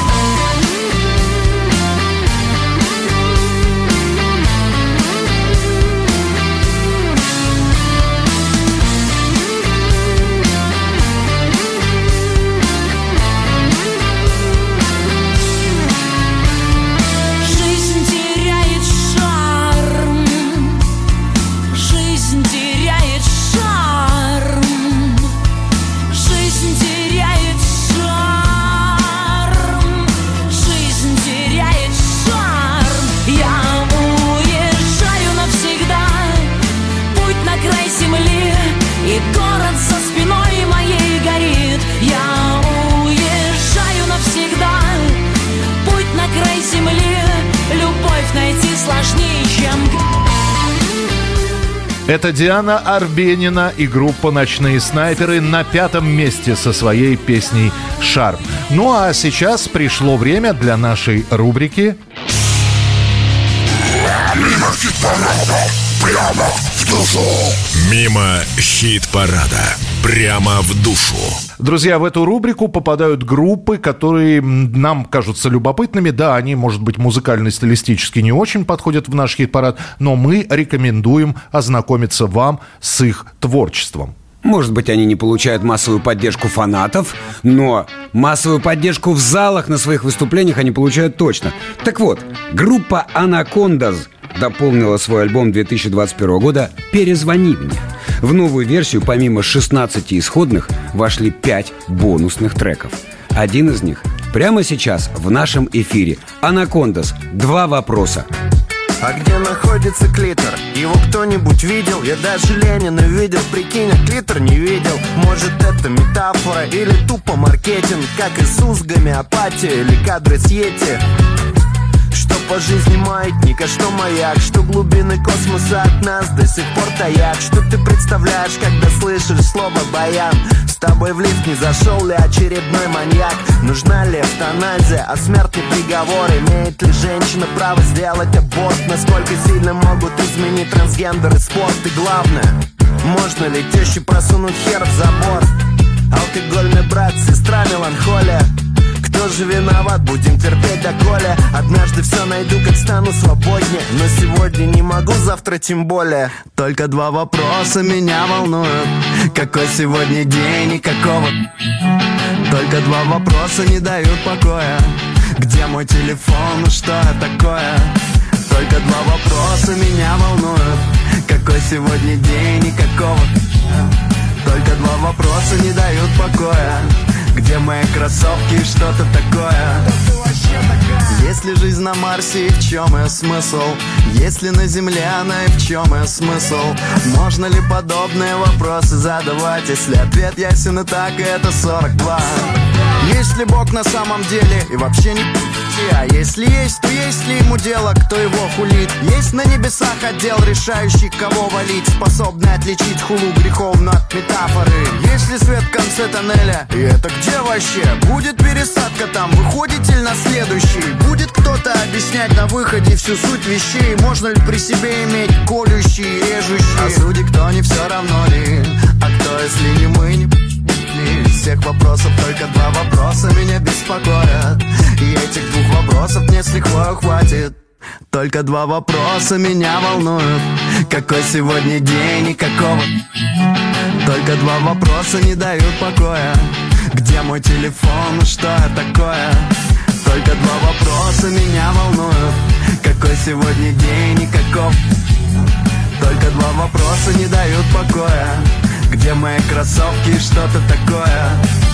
И город со спиной моей горит. Я уезжаю навсегда, путь на край земли, любовь найти сложнее, чем... Это Диана Арбенина и группа «Ночные снайперы» на пятом месте со своей песней «Шарм». Ну а сейчас пришло время для нашей рубрики «Мимо хит-парада, прямо в душу». Мимо хит-парада, прямо в душу. Друзья, в эту рубрику попадают группы, которые нам кажутся любопытными. Да, они, может быть, музыкально-стилистически не очень подходят в наш хит-парад, но мы рекомендуем ознакомиться вам с их творчеством. Может быть, они не получают массовую поддержку фанатов, но массовую поддержку в залах на своих выступлениях они получают точно. Так вот, группа «Анакондаз» дополнила свой альбом две тысячи двадцать первого года «Перезвони мне». В новую версию помимо шестнадцати исходных вошли пять бонусных треков. Один из них прямо сейчас в нашем эфире. «Анакондаз». Два вопроса. А где находится клитор? Его кто-нибудь видел? Я даже Ленина видел, прикинь, а клитор не видел. Может, это метафора или тупо маркетинг, как Иисус, гомеопатия или кадры с Йети. Что по жизни маятник, а что маяк, что глубины космоса от нас до сих пор таят. Что ты представляешь, когда слышишь слово «баян»? С тобой в лифт не зашел ли очередной маньяк? Нужна ли эвтаназия, а смертный приговор? Имеет ли женщина право сделать аборт? Насколько сильно могут изменить трансгендер и спорт? И главное, можно ли тещу просунуть хер в забор? Алкогольный брат, сестра, меланхолия. Кто кто же виноват? Будем терпеть доколе. Однажды все найду, как стану свободнее. Но сегодня не могу, завтра тем более. Только два вопроса меня волнуют. Какой сегодня день и какого? Только два вопроса не дают покоя. Где мой телефон, ну что такое? Только два вопроса меня волнуют. Какой сегодня день и какого? Только два вопроса не дают покоя. Где мои кроссовки и что-то такое? Есть ли жизнь на Марсе и в чем ее смысл? Есть ли на Земле она и в чем ее смысл? Можно ли подобные вопросы задавать? Если ответ ясен и так, и это сорок два. Есть ли Бог на самом деле и вообще не а если есть, то есть ли ему дело, кто его хулит? Есть на небесах отдел, решающий, кого валить, способный отличить хулу греховно от метафоры? Есть ли свет в конце тоннеля? И это где вообще? Будет пересадка там, выходите ли на следующий? Будет кто-то объяснять на выходе всю суть вещей? Можно ли при себе иметь колющие, режущие? А судьи кто, не все равно ли? А кто, если не мы, не... Из всех вопросов только два вопроса меня беспокоят. И этих двух вопросов мне с лихвой хватит. Только два вопроса меня волнуют. Какой сегодня день и какого? Только два вопроса не дают покоя. Где мой телефон, ну что такое? Только два вопроса меня волнуют. Какой сегодня день и каков? Только два вопроса не дают покоя. Где мои кроссовки и что-то такое?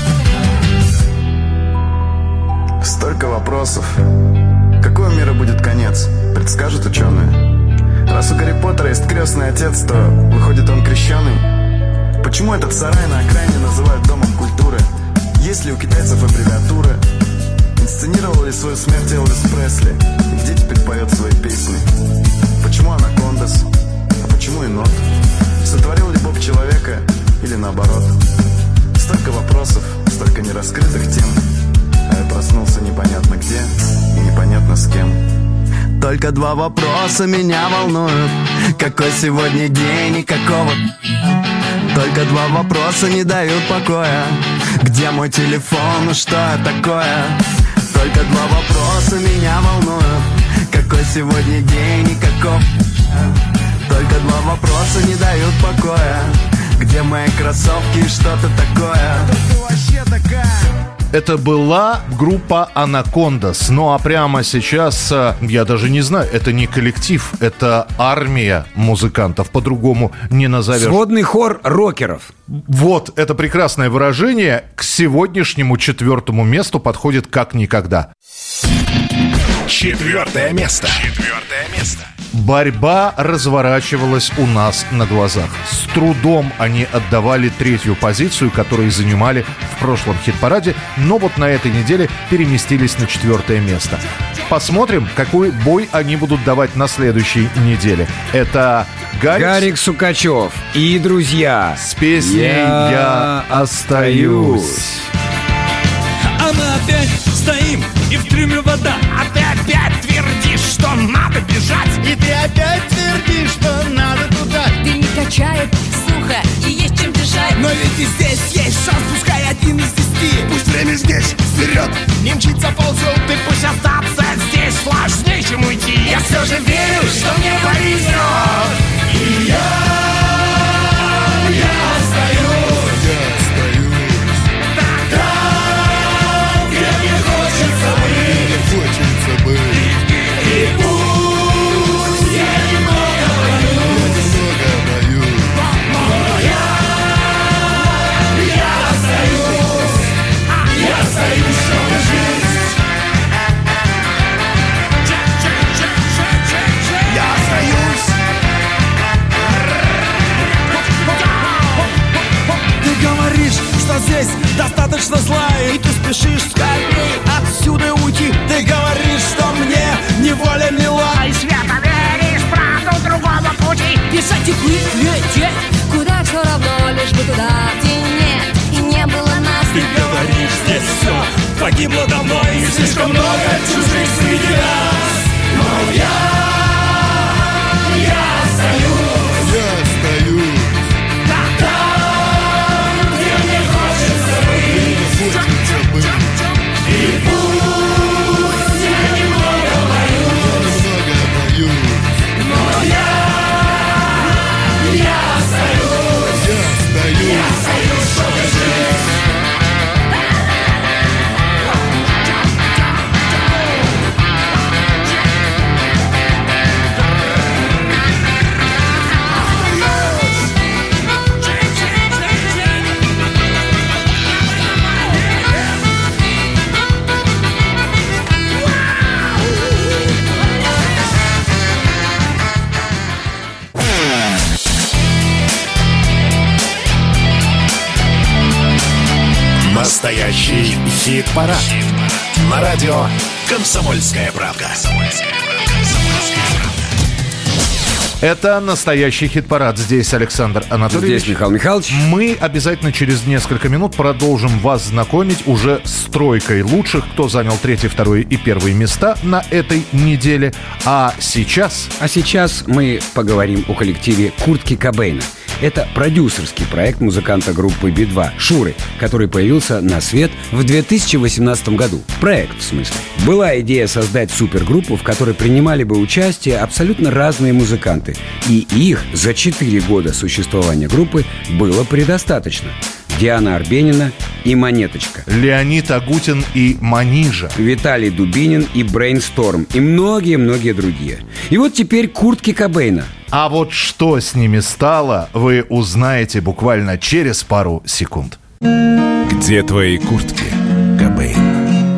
Столько вопросов. Какой у мира будет конец? Предскажут ученые. Раз у Гарри Поттера есть крестный отец, то выходит он крещеный. Почему этот сарай на окраине называют домом культуры? Есть ли у китайцев аббревиатуры? Инсценировал ли свою смерть Элвис Пресли? Где теперь поет свои песни? Почему Анакондас? А почему енот? Сотворил ли Бог человека или наоборот? Столько вопросов, столько нераскрытых тем. А я проснулся непонятно где и непонятно с кем. Только два вопроса меня волнуют. Какой сегодня день и какого? Только два вопроса не дают покоя. Где мой телефон, ну что такое? Только два вопроса меня волнуют. Какой сегодня день и каков? Только два вопроса не дают покоя. Где мои кроссовки и что-то такое? Кто ты вообще такая? Это была группа «Анакондас». Ну а прямо сейчас, я даже не знаю, это не коллектив, это армия музыкантов, по-другому не назовешь. Сводный хор рокеров. Вот, это прекрасное выражение к сегодняшнему четвертому месту подходит как никогда. Четвертое место. Четвертое место. Борьба разворачивалась у нас на глазах. С трудом они отдавали третью позицию, которую занимали в прошлом хит-параде, но вот на этой неделе переместились на четвертое место. Посмотрим, какой бой они будут давать на следующей неделе. Это Гарик, Гарик Сукачев и друзья с песней «Я, Я остаюсь». А мы опять стоим, и в трюме вода. А ты опять твердишь, что надо бежать. И ты опять твердишь, что надо туда. Ты не качает, сухо, и есть чем дышать. Но ведь и здесь есть шанс, пускай один из десяти. Пусть время здесь, вперед, не мчится ползет. Ты пусть остаться здесь сложнее, чем уйти. Я все же верю, что мне повезет. И я, я остаюсь. Я остаюсь. Там, где мне хочется быть. Хочется быть. И пусть я немного боюсь. Немного боюсь. Но я, я остаюсь. Я остаюсь, чтобы жить. Я остаюсь. Ты говоришь, что здесь достаточно зла, и ты спешишь скорей отсюда уйти. Ты говоришь, что мне неволя мила, и свято веришь в правду другого пути. Бежать и плыть, лететь, куда все равно, лишь бы туда, где нет и не было нас. Ты говоришь, здесь все погибло давно, и слишком много чужих среди нас. Но я, я остаюсь. Я остаюсь. Там, где мне хочется быть. Хочется быть. И пусть Настоящий хит-парад. Хит-парад. На радио «Комсомольская правда». Это настоящий хит-парад. Здесь Александр Анатольевич. Здесь Михаил Михайлович. Мы обязательно через несколько минут продолжим вас знакомить уже с тройкой лучших, кто занял третье, второе и первые места на этой неделе. А сейчас... А сейчас мы поговорим о коллективе Куртки Кобейна. Это продюсерский проект музыканта группы би два Шуры, который появился на свет в две тысячи восемнадцатом году. Проект, в смысле. Была идея создать супергруппу, в которой принимали бы участие абсолютно разные музыканты. И их за четыре года существования группы было предостаточно. Диана Арбенина и Монеточка, Леонид Агутин и Манижа, Виталий Дубинин и Брейнсторм и многие-многие другие. И вот теперь Куртки Кобейна. А вот что с ними стало, вы узнаете буквально через пару секунд. Где твои куртки, Кобейн?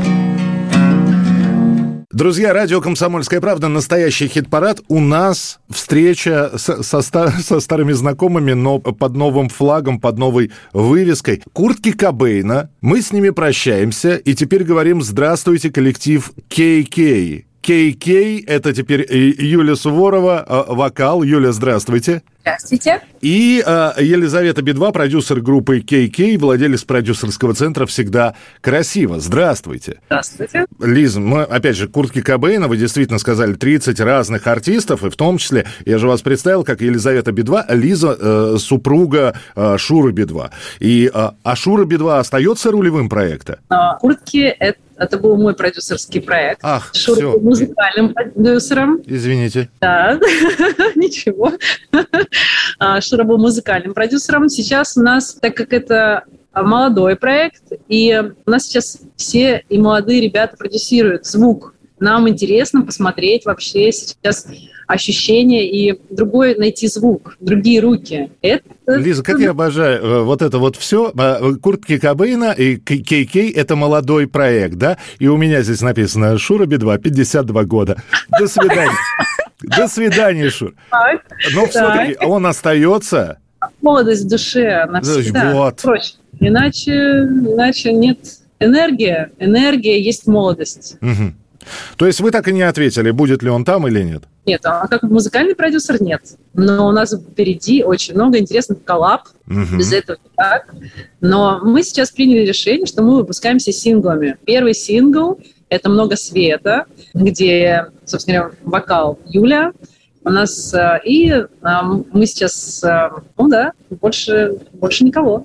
Друзья, радио «Комсомольская правда», настоящий хит-парад. У нас встреча со, со, стар, со старыми знакомыми, но под новым флагом, под новой вывеской. Куртки Кобейна. Мы с ними прощаемся и теперь говорим «Здравствуйте, коллектив кей кей». кей кей — это теперь Юля Суворова, вокал. Юля, здравствуйте. Здравствуйте. И э, Елизавета би два, продюсер группы кей кей, владелец продюсерского центра «Всегда красиво». Здравствуйте. Здравствуйте. Лиза, мы, опять же, Куртки Кобейна, вы действительно сказали тридцать разных артистов, и в том числе, я же вас представил, как Елизавета би два, Лиза э, супруга э, Шуры би два. И, э, а Шура би два остается рулевым проекта? А, Куртки — это, это был мой продюсерский проект. Ах, Шура все. был музыкальным продюсером. Извините. Да, ничего. Шура был музыкальным продюсером. Сейчас у нас, так как это молодой проект, и у нас сейчас все и молодые ребята продюсируют звук. Нам интересно посмотреть вообще сейчас ощущения и другой найти звук, другие руки. Это... Лиза, как я обожаю вот это вот все. Куртки Кобейна и кей кей — это молодой проект, да? И у меня здесь написано «Шура би два, пятьдесят два года». До свидания. До свидания, Шур. Но все-таки он остается. Молодость в душе навсегда. Вот. Проще. Иначе, иначе нет. Энергия. Энергия есть молодость. Угу. То есть вы так и не ответили, будет ли он там или нет? Нет, а как музыкальный продюсер нет. Но у нас впереди очень много интересных коллаб. Угу. Без этого никак. Но мы сейчас приняли решение, что мы выпускаемся синглами. Первый сингл — это «Много света», где, собственно говоря, вокал Юля. У нас и э, мы сейчас, э, ну да, больше, больше никого.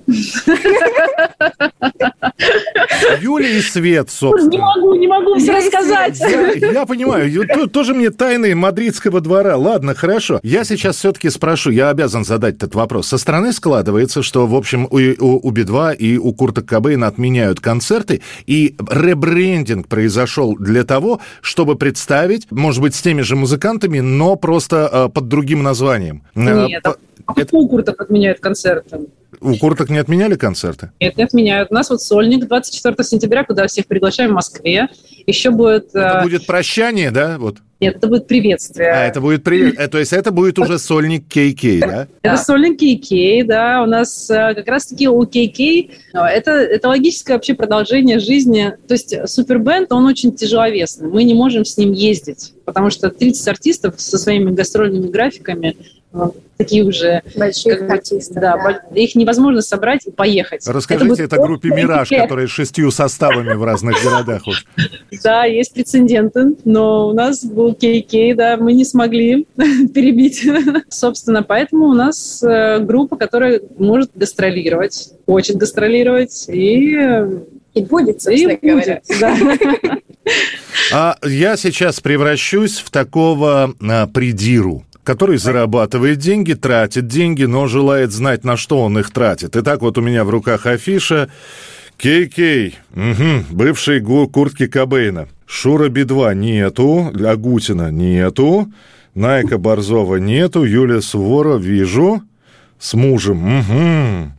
Юля и Свет, собственно. Не могу, не могу все рассказать. Я, я понимаю, тоже мне тайны мадридского двора. Ладно, хорошо. Я сейчас все-таки спрошу, я обязан задать этот вопрос. Со стороны складывается, что, в общем, у, у, у би два и у Курток Кобейна отменяют концерты, и ребрендинг произошел для того, чтобы представить, может быть, с теми же музыкантами, но просто под другим названием. Нет, По... а это... у Курток отменяют концерты. У Курток не отменяли концерты? Нет, не отменяют. У нас вот сольник двадцать четвёртого сентября, куда всех приглашаем в Москве. Еще будет... Это будет прощание, да? Вот. Нет, это будет приветствие. А, это будет привет. То есть это будет уже сольник кей кей, да? Это сольник кей кей, да. У нас как раз-таки у кей кей это, это логическое вообще продолжение жизни. То есть супербенд, он очень тяжеловесный. Мы не можем с ним ездить, потому что тридцать артистов со своими гастрольными графиками, такие уже... Больших как, артистов, да, да. Их невозможно собрать и поехать. Расскажите это, это группе «Мираж», которая с шестью составами в разных городах. Да, есть прецеденты, но у нас был кей кей, да, мы не смогли перебить. Собственно, поэтому у нас группа, которая может гастролировать, хочет гастролировать и... И будет, собственно и говоря. Будет, да. А я сейчас превращусь в такого а, придиру, который зарабатывает деньги, тратит деньги, но желает знать, на что он их тратит. Итак, вот у меня в руках афиша кей кей, угу, бывший Куртки Кобейна. Шура би два нету, Агутина нету, Найка Борзова нету, Юлия Суворова вижу, с мужем. Угу.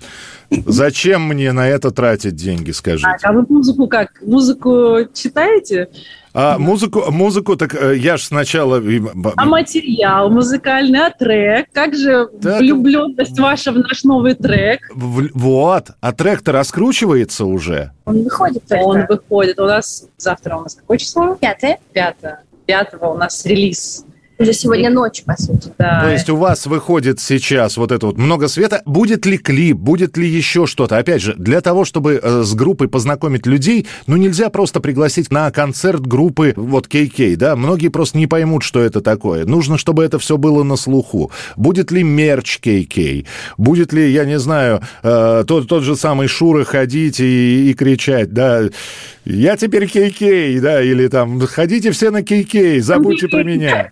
Зачем мне на это тратить деньги, скажите? А, а вы музыку как? Музыку читаете? А музыку, музыку, так я ж сначала... А материал музыкальный, а трек? Как же Так... влюбленность ваша в наш новый трек? В... Вот, а трек-то раскручивается уже. Он выходит только. Он выходит. У нас завтра у нас какое число? Пятое. Пятое. Пятого у нас релиз. Уже сегодня ночь, по сути. Да. То есть у вас выходит сейчас вот это вот много света. Будет ли клип, будет ли еще что-то? Опять же, для того, чтобы э, с группой познакомить людей, ну нельзя просто пригласить на концерт группы вот кей кей, да? Многие просто не поймут, что это такое. Нужно, чтобы это все было на слуху. Будет ли мерч кей кей? Будет ли, я не знаю, э, тот, тот же самый Шура ходить и, и кричать, да? Я теперь кей кей, да? Или там, ходите все на кей кей, забудьте про меня.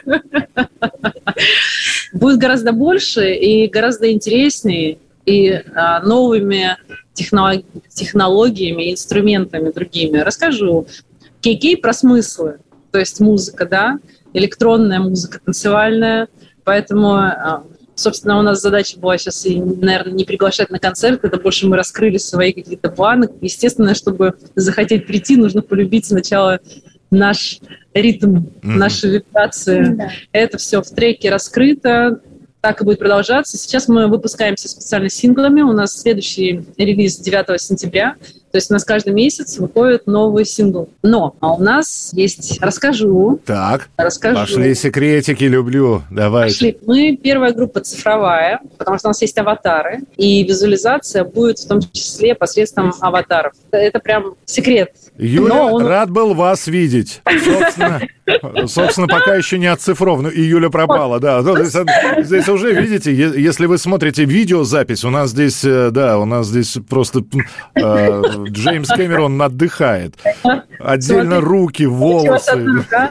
Будет гораздо больше и гораздо интереснее, и а, новыми технолог... технологиями, инструментами другими. Расскажу кей кей про смыслы, то есть музыка, да, электронная музыка, танцевальная, поэтому... А, собственно, у нас задача была сейчас, наверное, не приглашать на концерт, это больше мы раскрыли свои какие-то планы. Естественно, чтобы захотеть прийти, нужно полюбить сначала наш ритм, mm-hmm. наши вибрации. Mm-hmm. Это все в треке раскрыто, так и будет продолжаться. Сейчас мы выпускаемся специально синглами. У нас следующий релиз девятого сентября. То есть у нас каждый месяц выходит новый сингл. Но а у нас есть... Расскажу. Так, расскажу. Пошли секретики, люблю. Давайте. Пошли. Мы первая группа цифровая, потому что у нас есть аватары, и визуализация будет в том числе посредством аватаров. Это прям секрет. Юля, он... рад был вас видеть. Собственно, собственно, пока еще не оцифровано. И Юля пропала, да. Здесь, здесь уже, видите, если вы смотрите видеозапись, у нас здесь, да, у нас здесь просто... Джеймс Кэмерон отдыхает. Отдельно руки, волосы.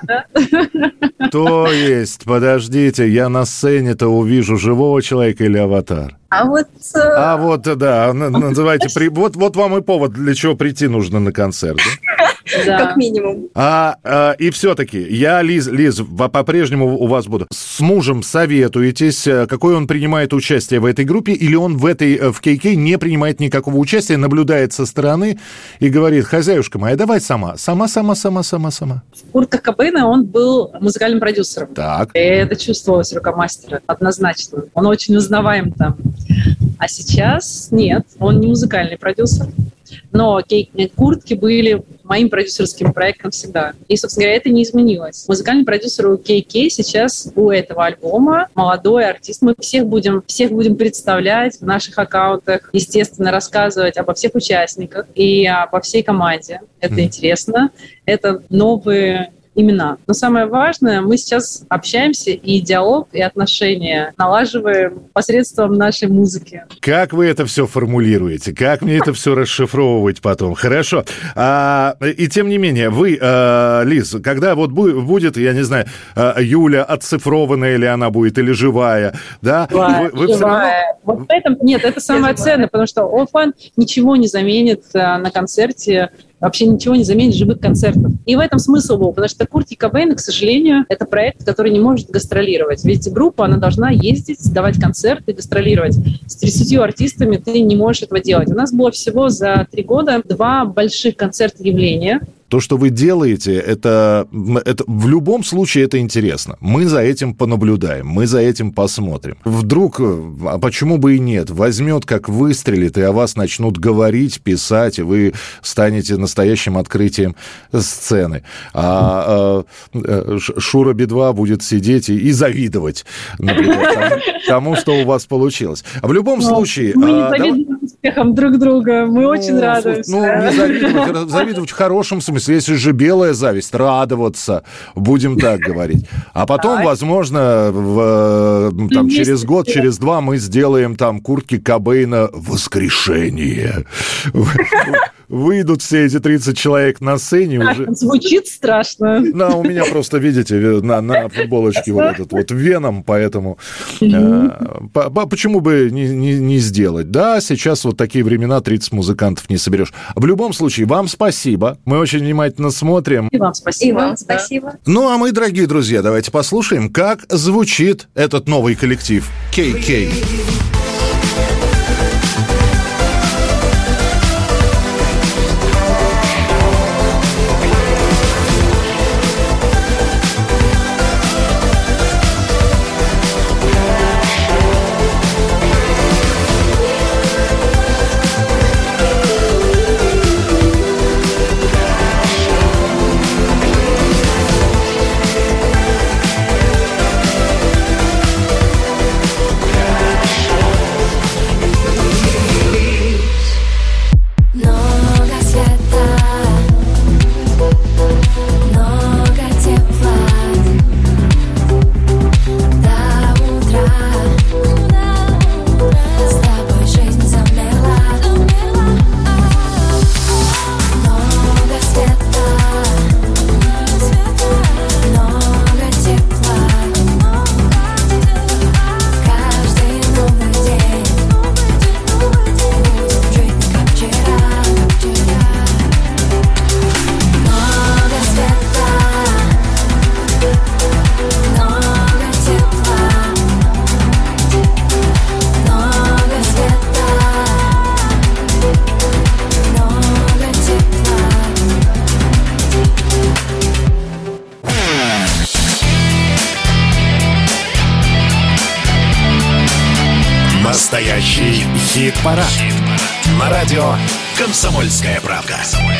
То есть, подождите, я на сцене-то увижу живого человека или аватар? А вот... А вот, да, называйте... Вот, вот вам и повод, для чего прийти нужно на концерт, да? Да. Как минимум. А, а, и все-таки, я, Лиз, Лиз, по-прежнему у вас буду. С мужем советуетесь, какое он принимает участие в этой группе, или он в этой, в кей кей не принимает никакого участия, наблюдает со стороны и говорит: хозяюшка моя, давай сама, сама, сама, сама, сама, сама. В Курт Кобейна он был музыкальным продюсером. Так. И это чувствовалось рука мастера, однозначно. Он очень узнаваем там. А сейчас нет, он не музыкальный продюсер. Но куртки были моим продюсерским проектом всегда. И, собственно говоря, это не изменилось. Музыкальный продюсер у кей кей сейчас у этого альбома молодой артист. Мы всех будем, всех будем представлять в наших аккаунтах, естественно, рассказывать обо всех участниках и обо всей команде. Это mm. интересно. Это новые имена. Но самое важное, мы сейчас общаемся, и диалог, и отношения налаживаем посредством нашей музыки. Как вы это все формулируете? Как мне это все расшифровывать потом? Хорошо. А, и тем не менее, вы, а, Лиз, когда вот будет, я не знаю, Юля оцифрованная, или она будет, или живая, да? Живая, вы, вы живая. Все равно... Вот в этом, нет, это самое ценное, потому что оффлайн ничего не заменит на концерте, вообще ничего не заменит живых концертов. И в этом смысл был, потому что Курт Кобейн, к сожалению, это проект, который не может гастролировать. Ведь группа, она должна ездить, давать концерты, гастролировать. С тридцатью артистами ты не можешь этого делать. У нас было всего за три года два больших концерта явления. То, что вы делаете, это, это в любом случае это интересно. Мы за этим понаблюдаем, мы за этим посмотрим. Вдруг, а почему бы и нет, возьмет, как выстрелит, и о вас начнут говорить, писать, и вы станете настоящим открытием сцены. А, а Шура Би-два будет сидеть и, и завидовать, например, тому, тому, что у вас получилось. А в любом Но случае... Мы не а, завидуем да... успехам друг друга, мы ну, очень радуемся. Ну, не завидовать, завидовать в хорошем смысле. Если же белая зависть, радоваться, будем так говорить. А потом, так. возможно, в, там, через год, через два мы сделаем там Куртки Кобейна «Воскрешение». Выйдут все эти тридцать человек на сцене. Уже... Звучит страшно. Да, у меня просто, видите, на, на футболочке вот этот вот Веном, поэтому mm-hmm. э, по, почему бы не, не, не сделать? Да, сейчас вот такие времена, тридцать музыкантов не соберешь. В любом случае, вам спасибо. Мы очень внимательно смотрим. И вам спасибо. И вам спасибо. Ну, а мы, дорогие друзья, давайте послушаем, как звучит этот новый коллектив кей кей. Хит-парад. На радио «Комсомольская правда».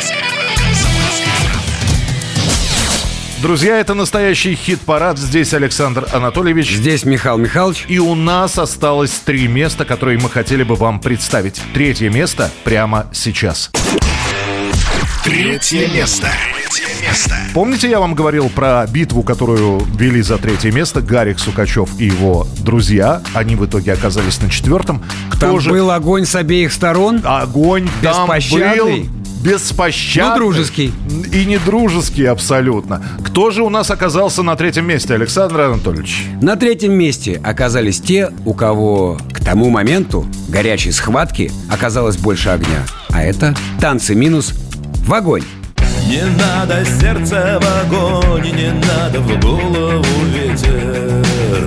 Друзья, это настоящий хит-парад. Здесь Александр Анатольевич. Здесь Михаил Михайлович. И у нас осталось три места, которые мы хотели бы вам представить. Третье место прямо сейчас. Третье место. Третье место. Помните, я вам говорил про битву, которую вели за третье место Гарик Сукачев и его друзья? Они в итоге оказались на четвертом. Кто Там же... был огонь с обеих сторон. Огонь там был беспощадный. Ну, дружеский. И не дружеский абсолютно. Кто же у нас оказался на третьем месте, Александр Анатольевич? На третьем месте оказались те, у кого к тому моменту горячей схватки оказалось больше огня. А это «Танцы минус» в огонь. Не надо сердце в огонь, не надо в голову ветер.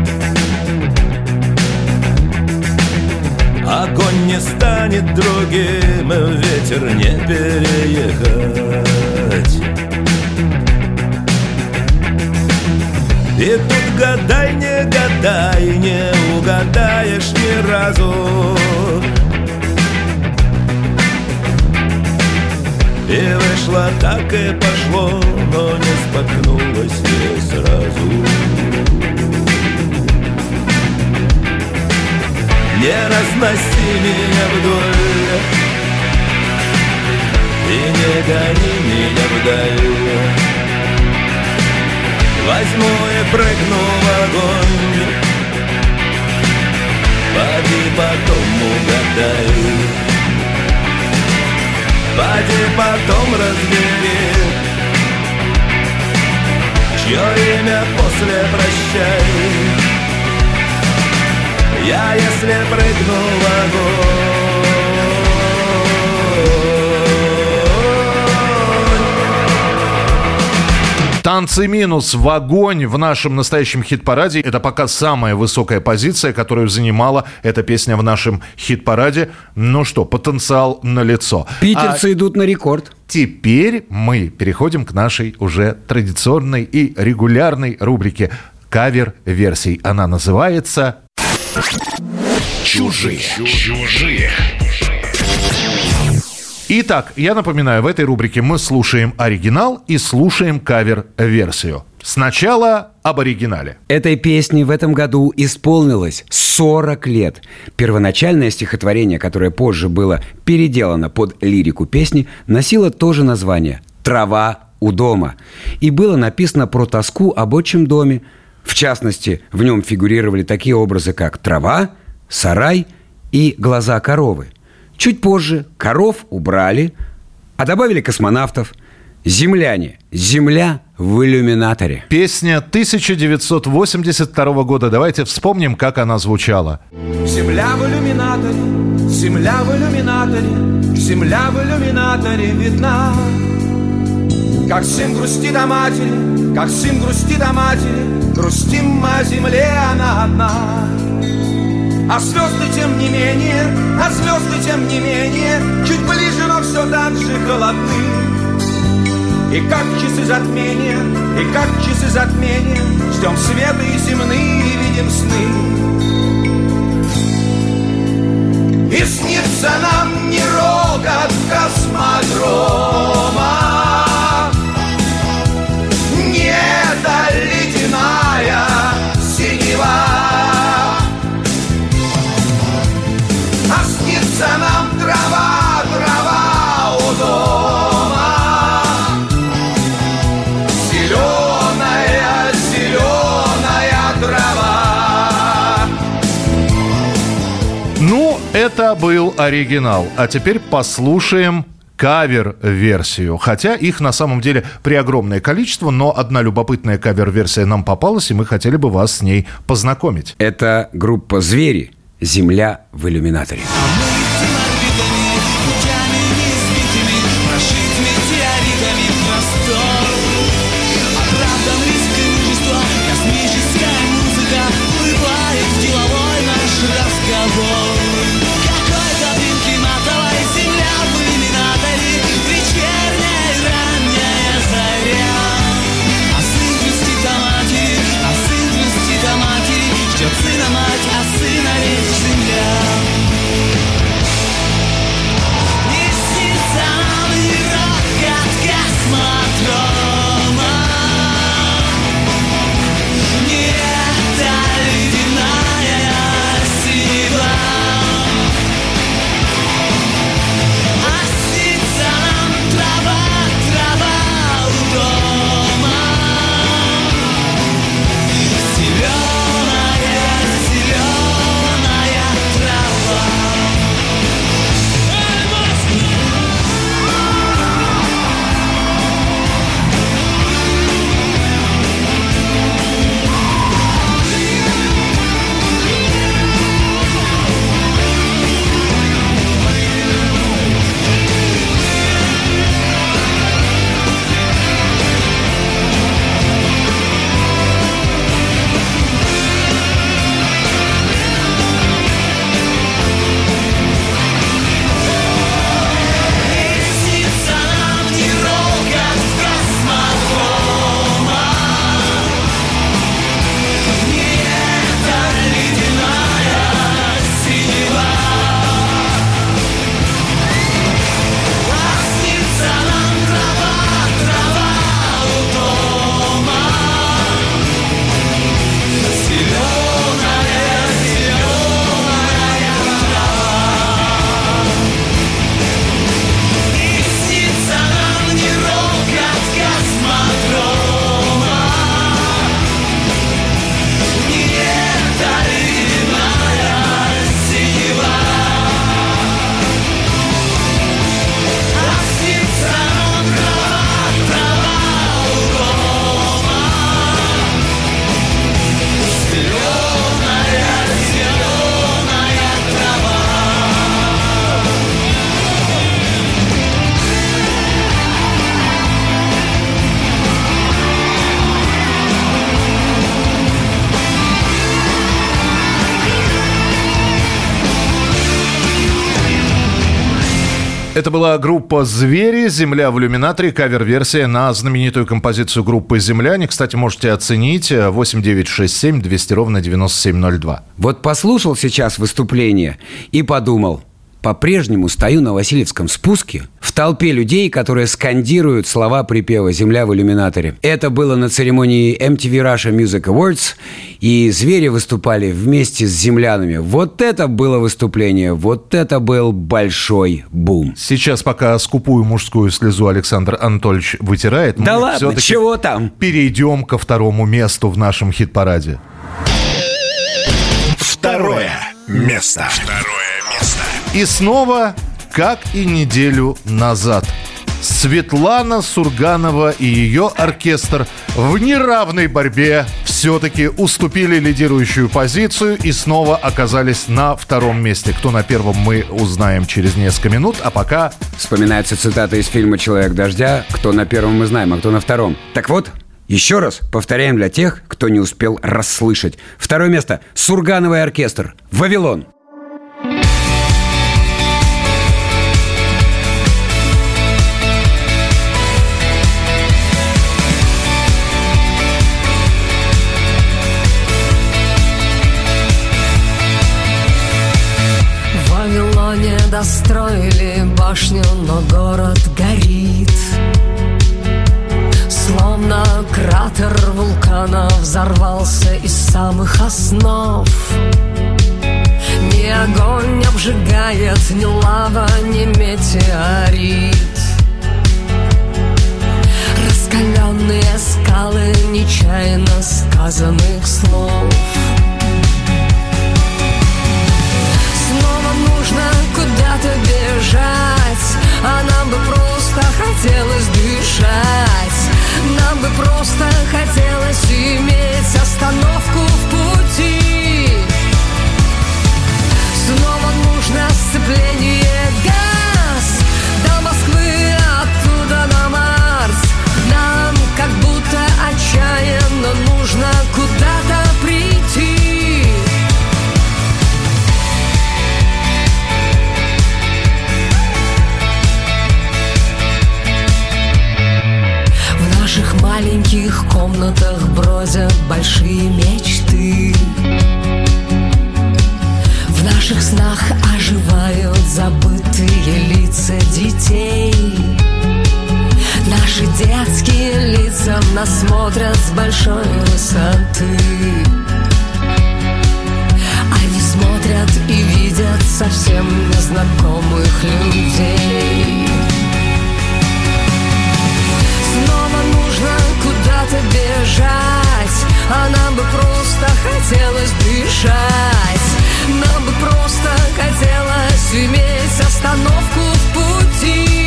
Огонь не станет другим, ветер не переехать. И тут гадай, не гадай, не угадаешь ни разу. И вышло так и пошло, но не споткнулось не сразу. Не разноси меня вдоль и не гони меня вдаль. Возьму и прыгну в огонь, поди потом угадай. Поди потом разбери, чье имя после прощай. Я, если прыгну в огонь. «Танцы минус» в огонь в нашем настоящем хит-параде. Это пока самая высокая позиция, которую занимала эта песня в нашем хит-параде. Ну что, потенциал налицо. Питерцы а идут на рекорд. Теперь мы переходим к нашей уже традиционной и регулярной рубрике кавер-версий. Она называется «Чужие». Чужие. Итак, я напоминаю, в этой рубрике мы слушаем оригинал и слушаем кавер-версию. Сначала об оригинале. Этой песне в этом году исполнилось сорок лет. Первоначальное стихотворение, которое позже было переделано под лирику песни, носило тоже название «Трава у дома». И было написано про тоску об отчим доме. В частности, в нем фигурировали такие образы, как трава, сарай и глаза коровы. Чуть позже коров убрали, а добавили космонавтов. Земляне. Земля в иллюминаторе. Песня тысяча девятьсот восемьдесят второго года. Давайте вспомним, как она звучала. Земля в иллюминаторе, земля в иллюминаторе, земля в иллюминаторе видна. Как сын грустит о матери, как сын грустит о матери, грустим о земле, она одна. А звезды тем не менее, а звезды тем не менее, чуть ближе, но все так же холодны. И как часы затмения, и как часы затмения, ждем света и земные, и видим сны. И снится нам не рокот космодрома, не эта ледяная синева, а снится нам трава, трава у дома, зеленая, зеленая трава. Ну, это был оригинал. А теперь послушаем кавер-версию. Хотя их на самом деле преогромное количество, но одна любопытная кавер-версия нам попалась, и мы хотели бы вас с ней познакомить. Это группа «Звери». «Земля в иллюминаторе». Это была группа «Звери», «Земля в иллюминаторе», кавер-версия на знаменитую композицию группы «Земляне». Кстати, можете оценить восемь девять шесть семь двести ровно девяносто семь ноль два. Вот послушал сейчас выступление и подумал, по-прежнему стою на Васильевском спуске в толпе людей, которые скандируют слова припева «Земля в иллюминаторе». Это было на церемонии эм ти ви Russia Music Awards, и «Звери» выступали вместе с землянами. Вот это было выступление, вот это был большой бум. Сейчас, пока скупую мужскую слезу Александр Анатольевич вытирает, да мы ладно, все-таки чего там? Перейдем ко второму месту в нашем хит-параде. Второе место. Второе место. И снова, как и неделю назад, Светлана Сурганова и ее оркестр в неравной борьбе все-таки уступили лидирующую позицию и снова оказались на втором месте. Кто на первом, мы узнаем через несколько минут, а пока... Вспоминается цитата из фильма «Человек дождя». Кто на первом, мы знаем, а кто на втором. Так вот, еще раз повторяем для тех, кто не успел расслышать. Второе место. Сурганова и оркестр. «Вавилон». Достроили башню, но город горит. Словно кратер вулкана взорвался из самых основ. Ни огонь не обжигает, ни лава, ни метеорит. Раскаленные скалы нечаянно сказанных слов. Нужно куда-то бежать, а нам бы просто хотелось дышать. Нам бы просто хотелось иметь остановку в пути. Снова нужно сцепление, газ до Москвы, оттуда на Марс. Нам как будто отчаянно нужно куда-то прийти. В наших маленьких комнатах бродят большие мечты. В наших снах оживают забытые лица детей. Наши детские лица нас смотрят с большой высоты. Они смотрят и видят совсем незнакомых людей. Снова нужно куда-то бежать, а нам бы просто хотелось дышать. Нам бы просто хотелось иметь остановку в пути.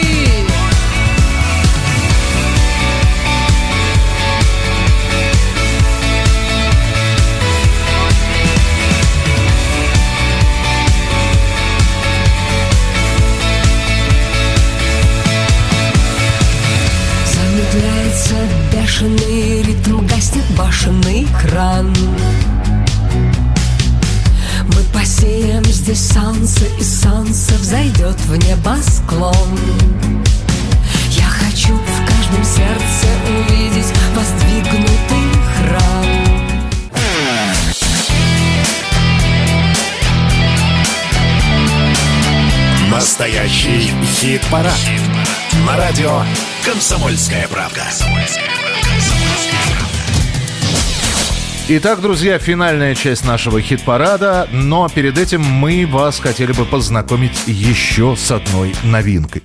Замедляется бешеный ритм, гаснет башенный кран. Мы посеем здесь солнце, и солнце взойдет в небосклон. Я хочу в каждом сердце увидеть воздвигнутый храм. Настоящий хит-парад. Хит-парад. На радио «Комсомольская правда». Итак, друзья, финальная часть нашего хит-парада, но перед этим мы вас хотели бы познакомить еще с одной новинкой.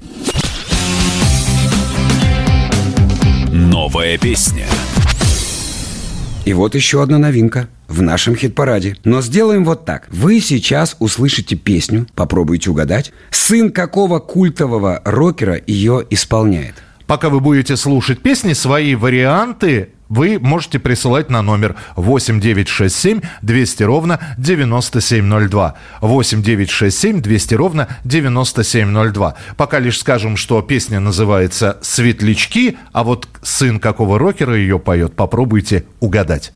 Новая песня. И вот еще одна новинка в нашем хит-параде. Но сделаем вот так. Вы сейчас услышите песню, попробуйте угадать, сын какого культового рокера ее исполняет. Пока вы будете слушать песни, свои варианты вы можете присылать на номер восемь девять шесть семь двести ровно девяносто семь ноль два. восемь девять шесть семь двести ровно девяносто семь ноль два. Пока лишь скажем, что песня называется «Светлячки», а вот сын какого рокера ее поет, попробуйте угадать.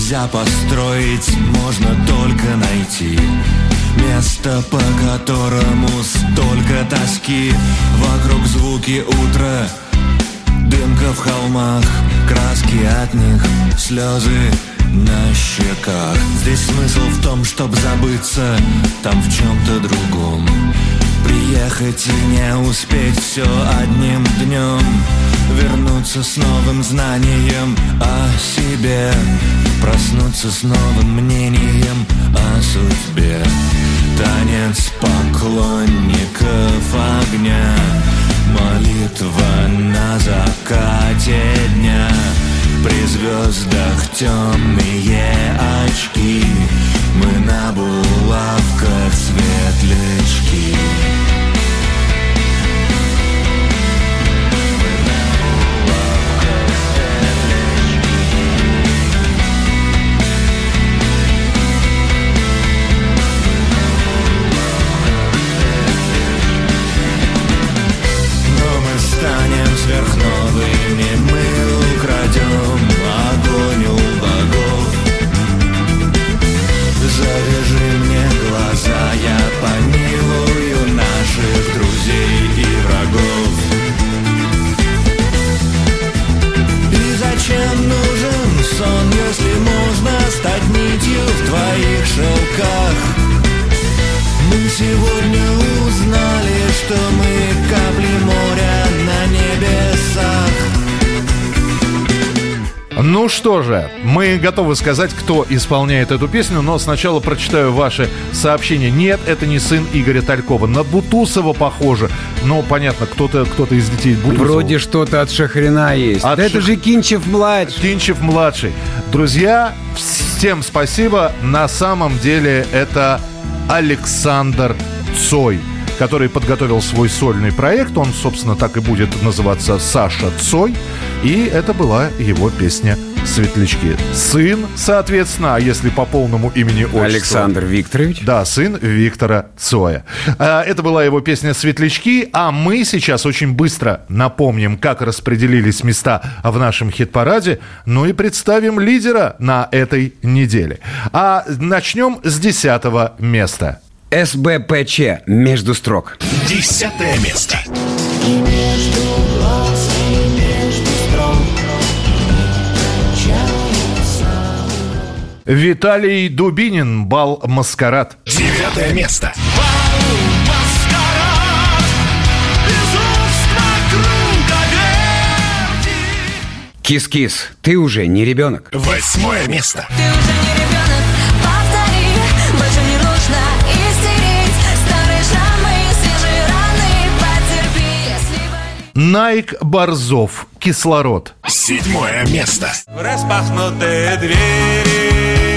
нельзя построить, можно только найти место, по которому столько тоски. Вокруг звуки утра, дымка в холмах, краски от них, слезы на щеках. Здесь смысл в том, чтоб забыться там в чем-то другом. Приехать и не успеть все одним днем. Вернуться с новым знанием о себе. Проснуться с новым мнением о судьбе. Танец поклонников огня. Молитва на закате дня. При звездах темные очки. Мы на булавках светлячки. Станем сверхновыми, мы украдем огонь у богов. Завяжи мне глаза, я помилую наших друзей и врагов. И зачем нужен сон, если можно стать нитью в твоих шелках? Мы сегодня узнали, что мы капли моря на небесах. Ну что же, мы готовы сказать, кто исполняет эту песню, но сначала прочитаю ваши сообщения. Нет, это не сын Игоря Талькова. На Бутусова похоже. Но понятно, кто-то, кто-то из детей Бутусова. Вроде что-то от Шахрина есть. От да Шах... это же Кинчев-младший. Кинчев-младший. Друзья, всем спасибо. На самом деле это Александр Цой, который подготовил свой сольный проект. Он, собственно, так и будет называться «Саша Цой». И это была его песня «Светлячки». Сын, соответственно, а если по полному имени отчеству... Александр Викторович. Да, сын Виктора Цоя. Это была его песня «Светлячки». А мы сейчас очень быстро напомним, как распределились места в нашем хит-параде. Ну и представим лидера на этой неделе. А начнем с десятого места. эс бэ пэ че «Между строк». Десятое место. И между глаз, и между строк качается. Виталий Дубинин, «Бал Маскарад». Девятое место. Кис-кис, ты уже не ребенок. Восьмое место. Ты уже не ребенок, повтори, больше не нужно истерить. Старые шрамы, свежие раны, потерпи, если болит. Найк Борзов, «Кислород». Седьмое место. В распахнутые двери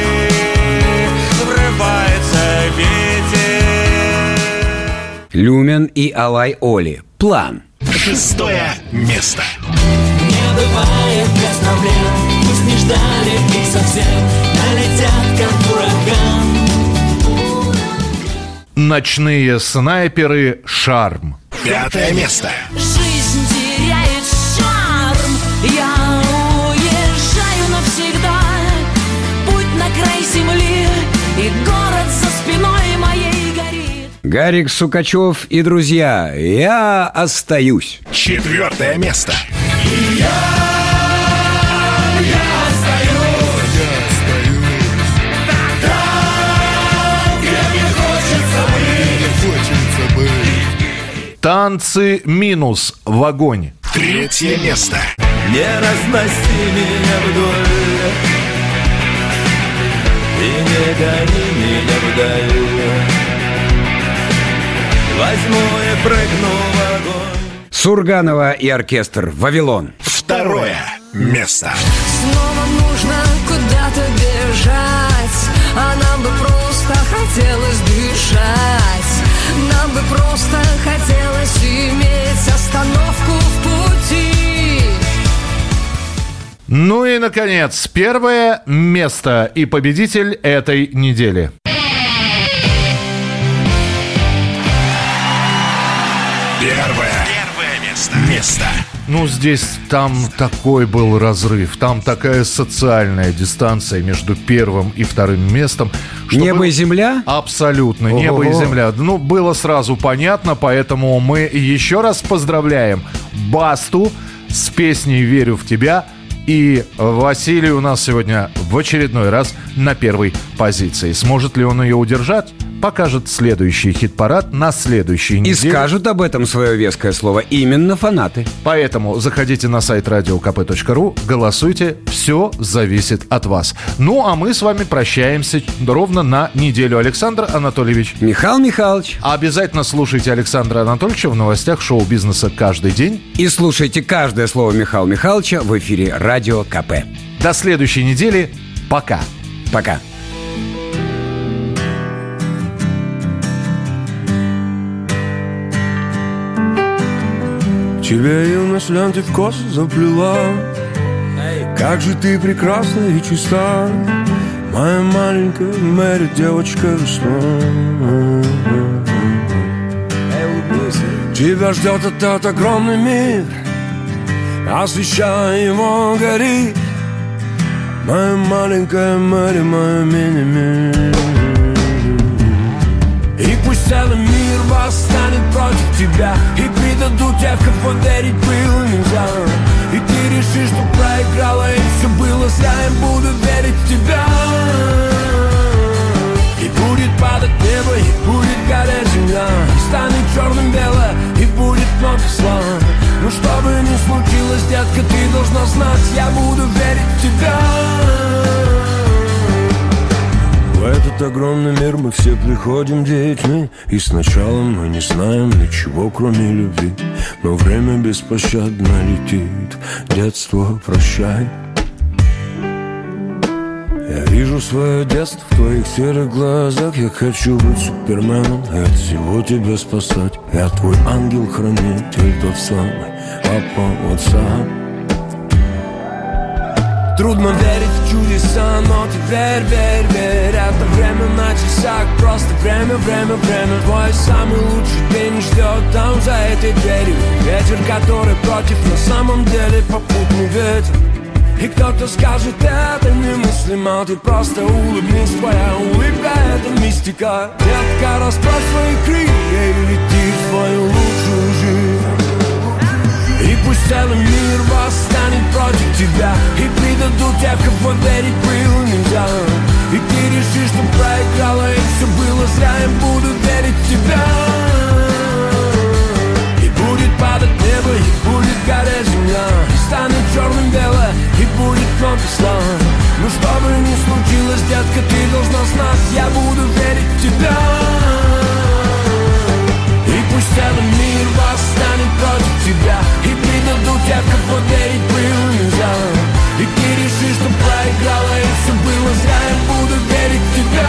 врывается ветер. Люмен и Алай Оли, «План». Шестое место. Не бывает без проблем, пусть не ждали их совсем, налетят как ураган. Ночные снайперы, «Шарм». Пятое место. Жизнь теряет шарм, я уезжаю навсегда. Путь на край земли, и город за спиной моей горит. Гарик Сукачев и друзья, я остаюсь. Четвертое место. Я, я остаюсь, Я остаюсь, там, где мне хочется быть. хочется быть. Танцы минус в огонь. Третье место. Не разноси меня вдоль и не гони меня вдаль. Возьму и прыгну в огонь. Сурганова и оркестр «Вавилон». Второе место. Снова нужно куда-то бежать, а нам бы просто хотелось дышать. Нам бы просто хотелось иметь остановку в пути. Ну и, наконец, первое место и победитель этой недели. Первое. Первое место. Место. Ну, здесь там такой был разрыв, там такая социальная дистанция между первым и вторым местом. Небо было... и земля? Абсолютно, Ого-го. небо и земля. Ну, было сразу понятно, поэтому мы еще раз поздравляем Басту с песней «Верю в тебя». И Василий у нас сегодня в очередной раз на первой позиции. Сможет ли он ее удержать? Покажет следующий хит-парад на следующей неделе. И скажут об этом свое веское слово именно фанаты. Поэтому заходите на сайт радио ка пэ точка ру, голосуйте, все зависит от вас. Ну, а мы с вами прощаемся ровно на неделю. Александр Анатольевич. Михаил Михайлович. Обязательно слушайте Александра Анатольевича в новостях шоу-бизнеса каждый день. И слушайте каждое слово Михаила Михайловича в эфире Радио КП. До следующей недели. Пока. Пока. Тебя юность ленты в косу заплела. Как же ты прекрасна и чиста, моя маленькая Мэри, девочка весна. Тебя ждет этот огромный мир, освещая его горит, моя маленькая Мэри, моя мини-мир. И пусть целый мир восстанет против тебя, и предадут тех, кого верить было нельзя. И ты решишь, что проиграла, и все было зря. Я буду верить в тебя. И будет падать небо, и будет гореть земля, и станет черным бело, и будет много зла. Но что бы ни случилось, детка, ты должна знать, я буду верить в тебя. В этот огромный мир мы все приходим детьми, и сначала мы не знаем ничего, кроме любви. Но время беспощадно летит, детство прощай. Я вижу свое детство в твоих серых глазах. Я хочу быть суперменом и от всего тебя спасать. Я твой ангел-хранитель, тот самый папа WhatsApp. Трудно верить в чудеса, но ты верь, верь, верь. Это время на часах, просто время, время, время. Твой самый лучший день ждет там за этой дверью. Ветер, который против, на самом деле попутный ветер. И кто-то скажет, это немыслимо, ты просто улыбнись, твоя улыбка — это мистика. Детка, расправь свои крылья и лети в свою лучшую жизнь. И пусть целый мир восстанет против тебя, и предадут тех, кого верить было нельзя. И ты решишь, что проиграла, и все было зря. Я буду верить в тебя. И будет падать небо, и будет гореть земля, и станет черным бело, и будет много зла. Но что бы ни случилось, детка, ты должна знать, я буду верить в тебя. И пусть целый мир восстанет против тебя, и предадут тех, кого верить было нельзя. И ты решишь, что проиграла, и все было зря. Я буду верить в тебя.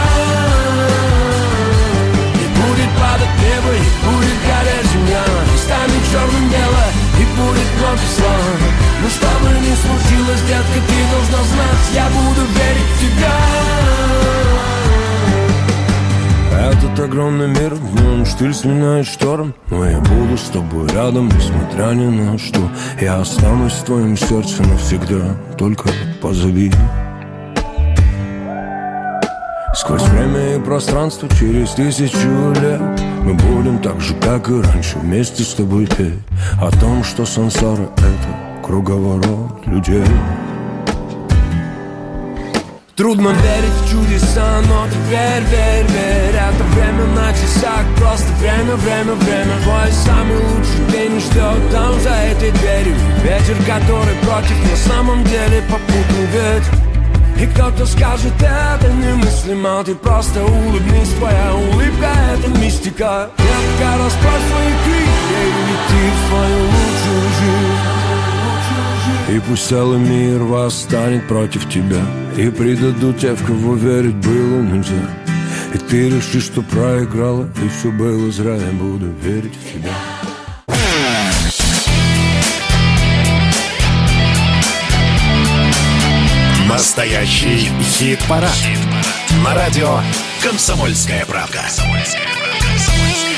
И будет падать небо, и будет гореть земля, и станет черным бело, и будет много зла. Но что бы ни случилось, детка, ты должна знать, я буду верить в тебя. Этот огромный мир, в нем штиль сменяет шторм, но я буду с тобой рядом, несмотря ни на что. Я останусь в твоем сердце навсегда, только позови. Сквозь время и пространство через тысячу лет мы будем так же, как и раньше, вместе с тобой петь о том, что сансара — это круговорот людей. Трудно верить в чудеса, но ты верь, верь, верь. Это время на часах, просто время, время, время. Твой самый лучший день ждет там за этой дверью. Ветер, который против, на самом деле попутный ветер. И кто-то скажет, это немыслимо, ты просто улыбнись, твоя улыбка — это мистика. Детка, расправь свои крылья и лети в свою лучшую жизнь. И пусть целый мир восстанет против тебя, и предадут тех, в кого верить было нельзя. И ты решишь, что проиграла, и все было зря. Я буду верить в тебя. Настоящий хит-парад. Хит-парад. На радио «Комсомольская правда».